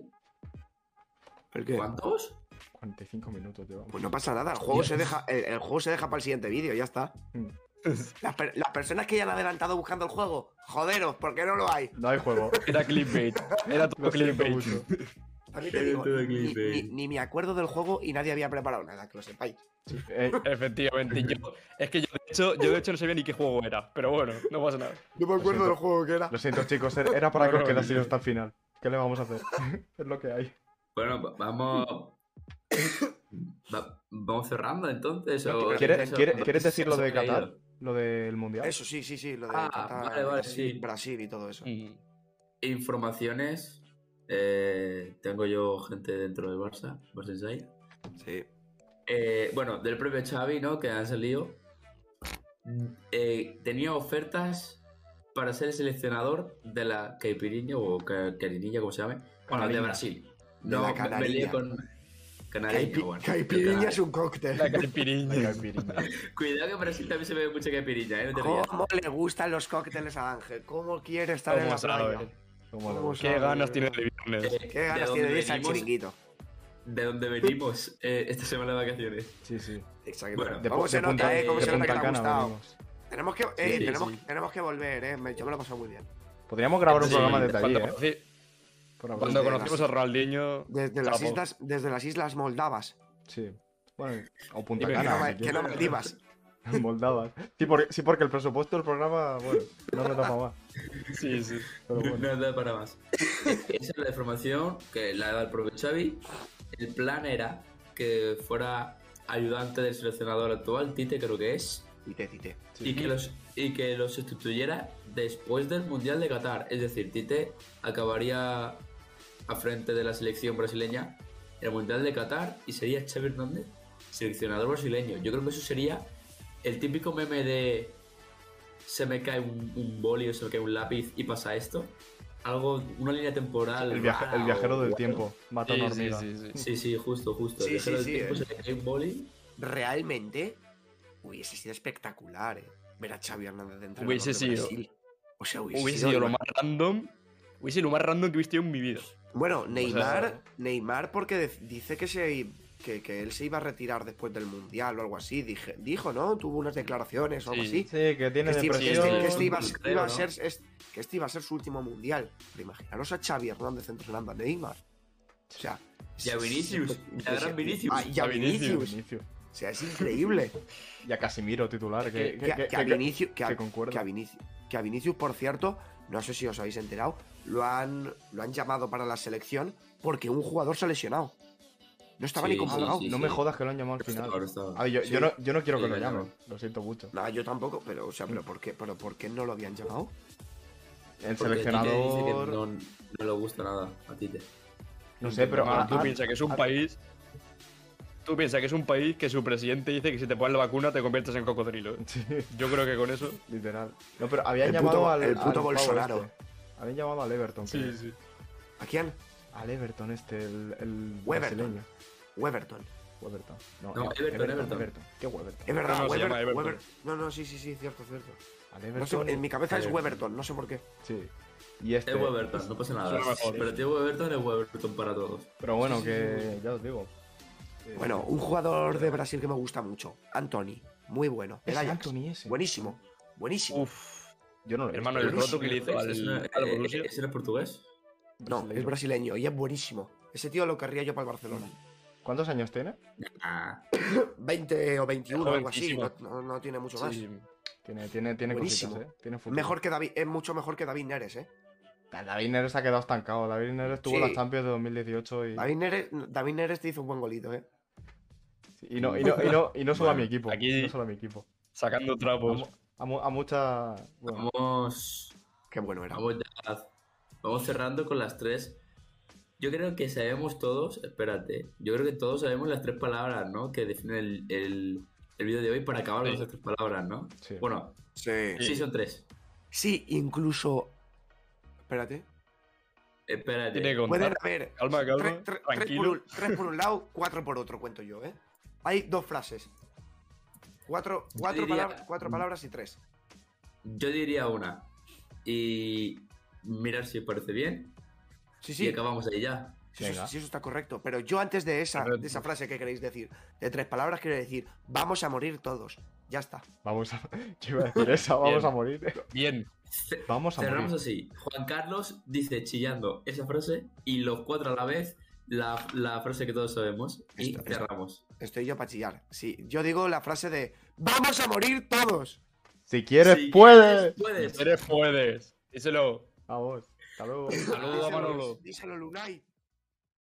¿el qué? ¿Cuántos? cuarenta y cinco minutos llevamos. Pues no pasa nada, el juego, se deja, el, el juego se deja para el siguiente vídeo, ya está. Mm. Las, per- las personas que ya han adelantado buscando el juego, joderos, ¿por qué no lo hay? No hay juego. Era clickbait. Era todo Lo siento clickbait. mucho. También te Eres digo, todo ni, clickbait. ni- ni me acuerdo del juego y nadie había preparado nada, que lo sepáis. Eh, Efectivamente. Yo, es que yo de, hecho, yo de hecho no sabía ni qué juego era. Pero bueno, no pasa nada. No me acuerdo del juego que era. lo siento, chicos. Era era para No, que os no, quedaseis no. hasta el final. ¿Qué le vamos a hacer? Es lo que hay. Bueno, va- vamos. Va- vamos cerrando entonces. o- ¿Quieres, eso- quiere- ¿quieres decir lo eso de se ha Qatar? ido. Lo del mundial. Eso, sí, sí, sí, lo de Ah, Qatar, vale, vale, Brasil, sí. Brasil y todo eso. Mm. Informaciones. eh, tengo yo gente dentro del Barça, Barça Inside. Sí. Eh, bueno, del propio Xavi, ¿no? Que han salido. Eh, tenía ofertas para ser el seleccionador de la Caipirinha o ca- Caipirinha, como se llame. Bueno, de Canariña. Brasil. De No, la me- me Canariña. lié con. Canariña, Caipi- bueno. Caipirinha es un cóctel. La caipiriña. La caipiriña. Cuidado que en Brasil también se ve mucha Caipirinha, ¿eh? No te rías. ¿Cómo le gustan los cócteles a Ángel? ¿Cómo quiere estar en ¿Cómo la sabe? playa? ¿Cómo le ¿Cómo gusta? Qué sabe? ganas tiene de viernes. Eh, ¿Qué de ganas dónde tiene de irse al venimos- chiringuito? De donde venimos eh, esta semana de vacaciones. Sí, sí. Exacto. Bueno, De, ¿Cómo pu- se de nota, punta, eh? ¿Cómo de se nota que Punta te ha Cana gustado? venimos. Tenemos que, eh, Sí, tenemos, sí. tenemos que volver, ¿eh? Me- Yo me lo he pasado muy bien. Podríamos grabar un Sí, programa desde allí, cuando, ¿eh? conocí- Por hablar cuando de- conocimos a Ronaldinho. Desde las, chapo. islas, desde las islas Moldavas. Sí. Bueno, o Punta Dime, Que no, Cana. me- si que quieres. no Maldivas. Moldavas. Sí porque, sí, porque el presupuesto del programa, bueno, no nos da para más. Sí, sí. Pero bueno. No da para más. Esa es la información que la da el propio Xavi. El plan era que fuera ayudante del seleccionador actual, Tite creo que es, Tite, Tite. Sí. y, que los, y que lo sustituyera después del Mundial de Qatar. Es decir, Tite acabaría a frente de la selección brasileña en el Mundial de Qatar y sería Xavi Hernández seleccionador brasileño. Yo creo que eso sería el típico meme de se me cae un, un boli o se me cae un lápiz y pasa esto. Algo, una línea temporal. El, viaje- rara el viajero o- del tiempo. Mata a Sí, una sí, hormiga. sí, sí. Sí, sí, justo, justo. Sí, el viajero sí, del sí, tiempo eh. se le cae un boli. Realmente hubiese sido espectacular, ¿eh? Ver a Xavi Hernández de entrenador Hubiese de sido. Brasil. O sea, hubiese, Hubiese sido sido lo ima- más random. Hubiese sido lo más random que he visto en mi vida. Bueno, Neymar, sea- Neymar porque de- dice que se que, que él se iba a retirar después del Mundial o algo así. Dije, dijo, ¿no? Tuvo unas declaraciones o algo Sí. así. Sí, que tiene Que este, que depresión. este- que este iba, a- creo, iba a ¿no? ser, es- que este iba a ser su último Mundial. Pero imaginaros a Xavi Hernández entrenando a Neymar. O sea. Y a Vinicius. Y a gran Vinicius. Ah, y a Vinicius. Vinicius. O sea, es increíble. Y a Casimiro titular, que, Que, que- que a Vinicius, que a- que concuerda. que a Vinicius, que a Vinicius, por cierto, no sé si os habéis enterado, lo han, lo han llamado para la selección porque un jugador se ha lesionado. No estaba Sí, ni convocado. sí, sí. No me jodas que lo han llamado al final. Ahora está- A ver, yo, Sí. yo, no, yo no quiero que Sí, lo lo llamen, llaman. lo siento mucho. Nada, yo tampoco, pero, o sea, pero ¿por qué, pero ¿por qué no lo habían llamado? El Porque Tite dice que seleccionador. no, no le gusta nada a Tite. No sé, pero. Hermano, ah, tú ah, piensas que es un ah, país. Tú piensas que es un país que su presidente dice que si te pones la vacuna te conviertes en cocodrilo. Sí, Yo creo que con eso. literal. No, pero habían El llamado puto- al. el puto al pavo Bolsonaro. este. Habían llamado al Everton. creo. sí. ¿A quién? Al Everton este, el. el Weberton. brasileño. Weberton. Weberton. No, No, Ever- Everton, Everton. ¿Qué Weberton? Es verdad, No, no, se Weber- llama Everton. Weber- No, no, sí, sí, sí, cierto, cierto. Al No Everton. sé, en mi cabeza es Everton. Weberton, no sé por qué. Sí. Y este. Es Weberton, no pasa nada. Suena mejor. Pero tío Weberton es Weberton para todos. Pero bueno, que. Ya os digo. Eh, Bueno, un jugador de Brasil que me gusta mucho, Anthony, muy bueno. El ese Ajax. Anthony ese. Buenísimo, buenísimo. Uf. Yo no lo he Hermano, visto. el roto que le hizo ¿Ese no- al, al eh, Borussia. ¿Ese no es portugués? No, es brasileño y es buenísimo. Ese tío lo querría yo para el Barcelona. ¿Cuántos años tiene? Ah, veinte o veintiuno, algo así. No, Jovencísimo. no- no tiene mucho más. Sí. Tiene, tiene, tiene Buenísimo. cositas, ¿eh? Tiene futuro. Mejor que David, es mucho mejor que David Neres, ¿eh? David Neres se ha quedado estancado. David Neres tuvo Sí. las Champions de dos mil dieciocho y. David Neres, David Neres te hizo un buen golito, ¿eh? Y no, y no, y no, y no solo a mi Bueno, equipo. aquí- No solo a mi equipo. Sacando A, trapos. mu- a, mu- a mucha. Bueno, vamos, Qué bueno era. vamos, ya- vamos cerrando con las tres. Yo creo que sabemos todos, espérate, yo creo que todos sabemos las tres palabras, ¿no? Que definen el, el, el vídeo de hoy para acabar con Sí. esas tres palabras, ¿no? sí. Bueno, Sí. sí son tres. Sí, incluso. Espérate. Espérate. Tiene que Pueden contar. haber Calma, calma. tre- tre- tres, por Tranquilo. un, tres por un lado, cuatro por otro, cuento yo, ¿eh? Hay dos frases. Cuatro, Yo cuatro, diría- palabras, cuatro palabras y tres. Yo diría una. Y mirar si os parece bien. Sí, Y sí. acabamos ahí ya. Sí, eso, Venga. sí, eso está correcto. Pero yo antes de esa, Correcto. de esa frase que queréis decir, de tres palabras, quiero decir, vamos a morir todos. Ya está. Vamos a. Yo iba a decir esa, vamos Bien. a morir. Bien. Ce- Vamos a Cerramos morir. así. Juan Carlos dice chillando esa frase y los cuatro a la vez la, la frase que todos sabemos. Y Esto- esto. cerramos. Estoy yo para chillar. Sí, yo digo la frase de ¡vamos a morir todos! Si quieres, Si puedes. quieres, puedes. Eres puedes. Díselo. Vamos. Hasta luego. Saludos a Díselo, Manolo. díselo, Lunay.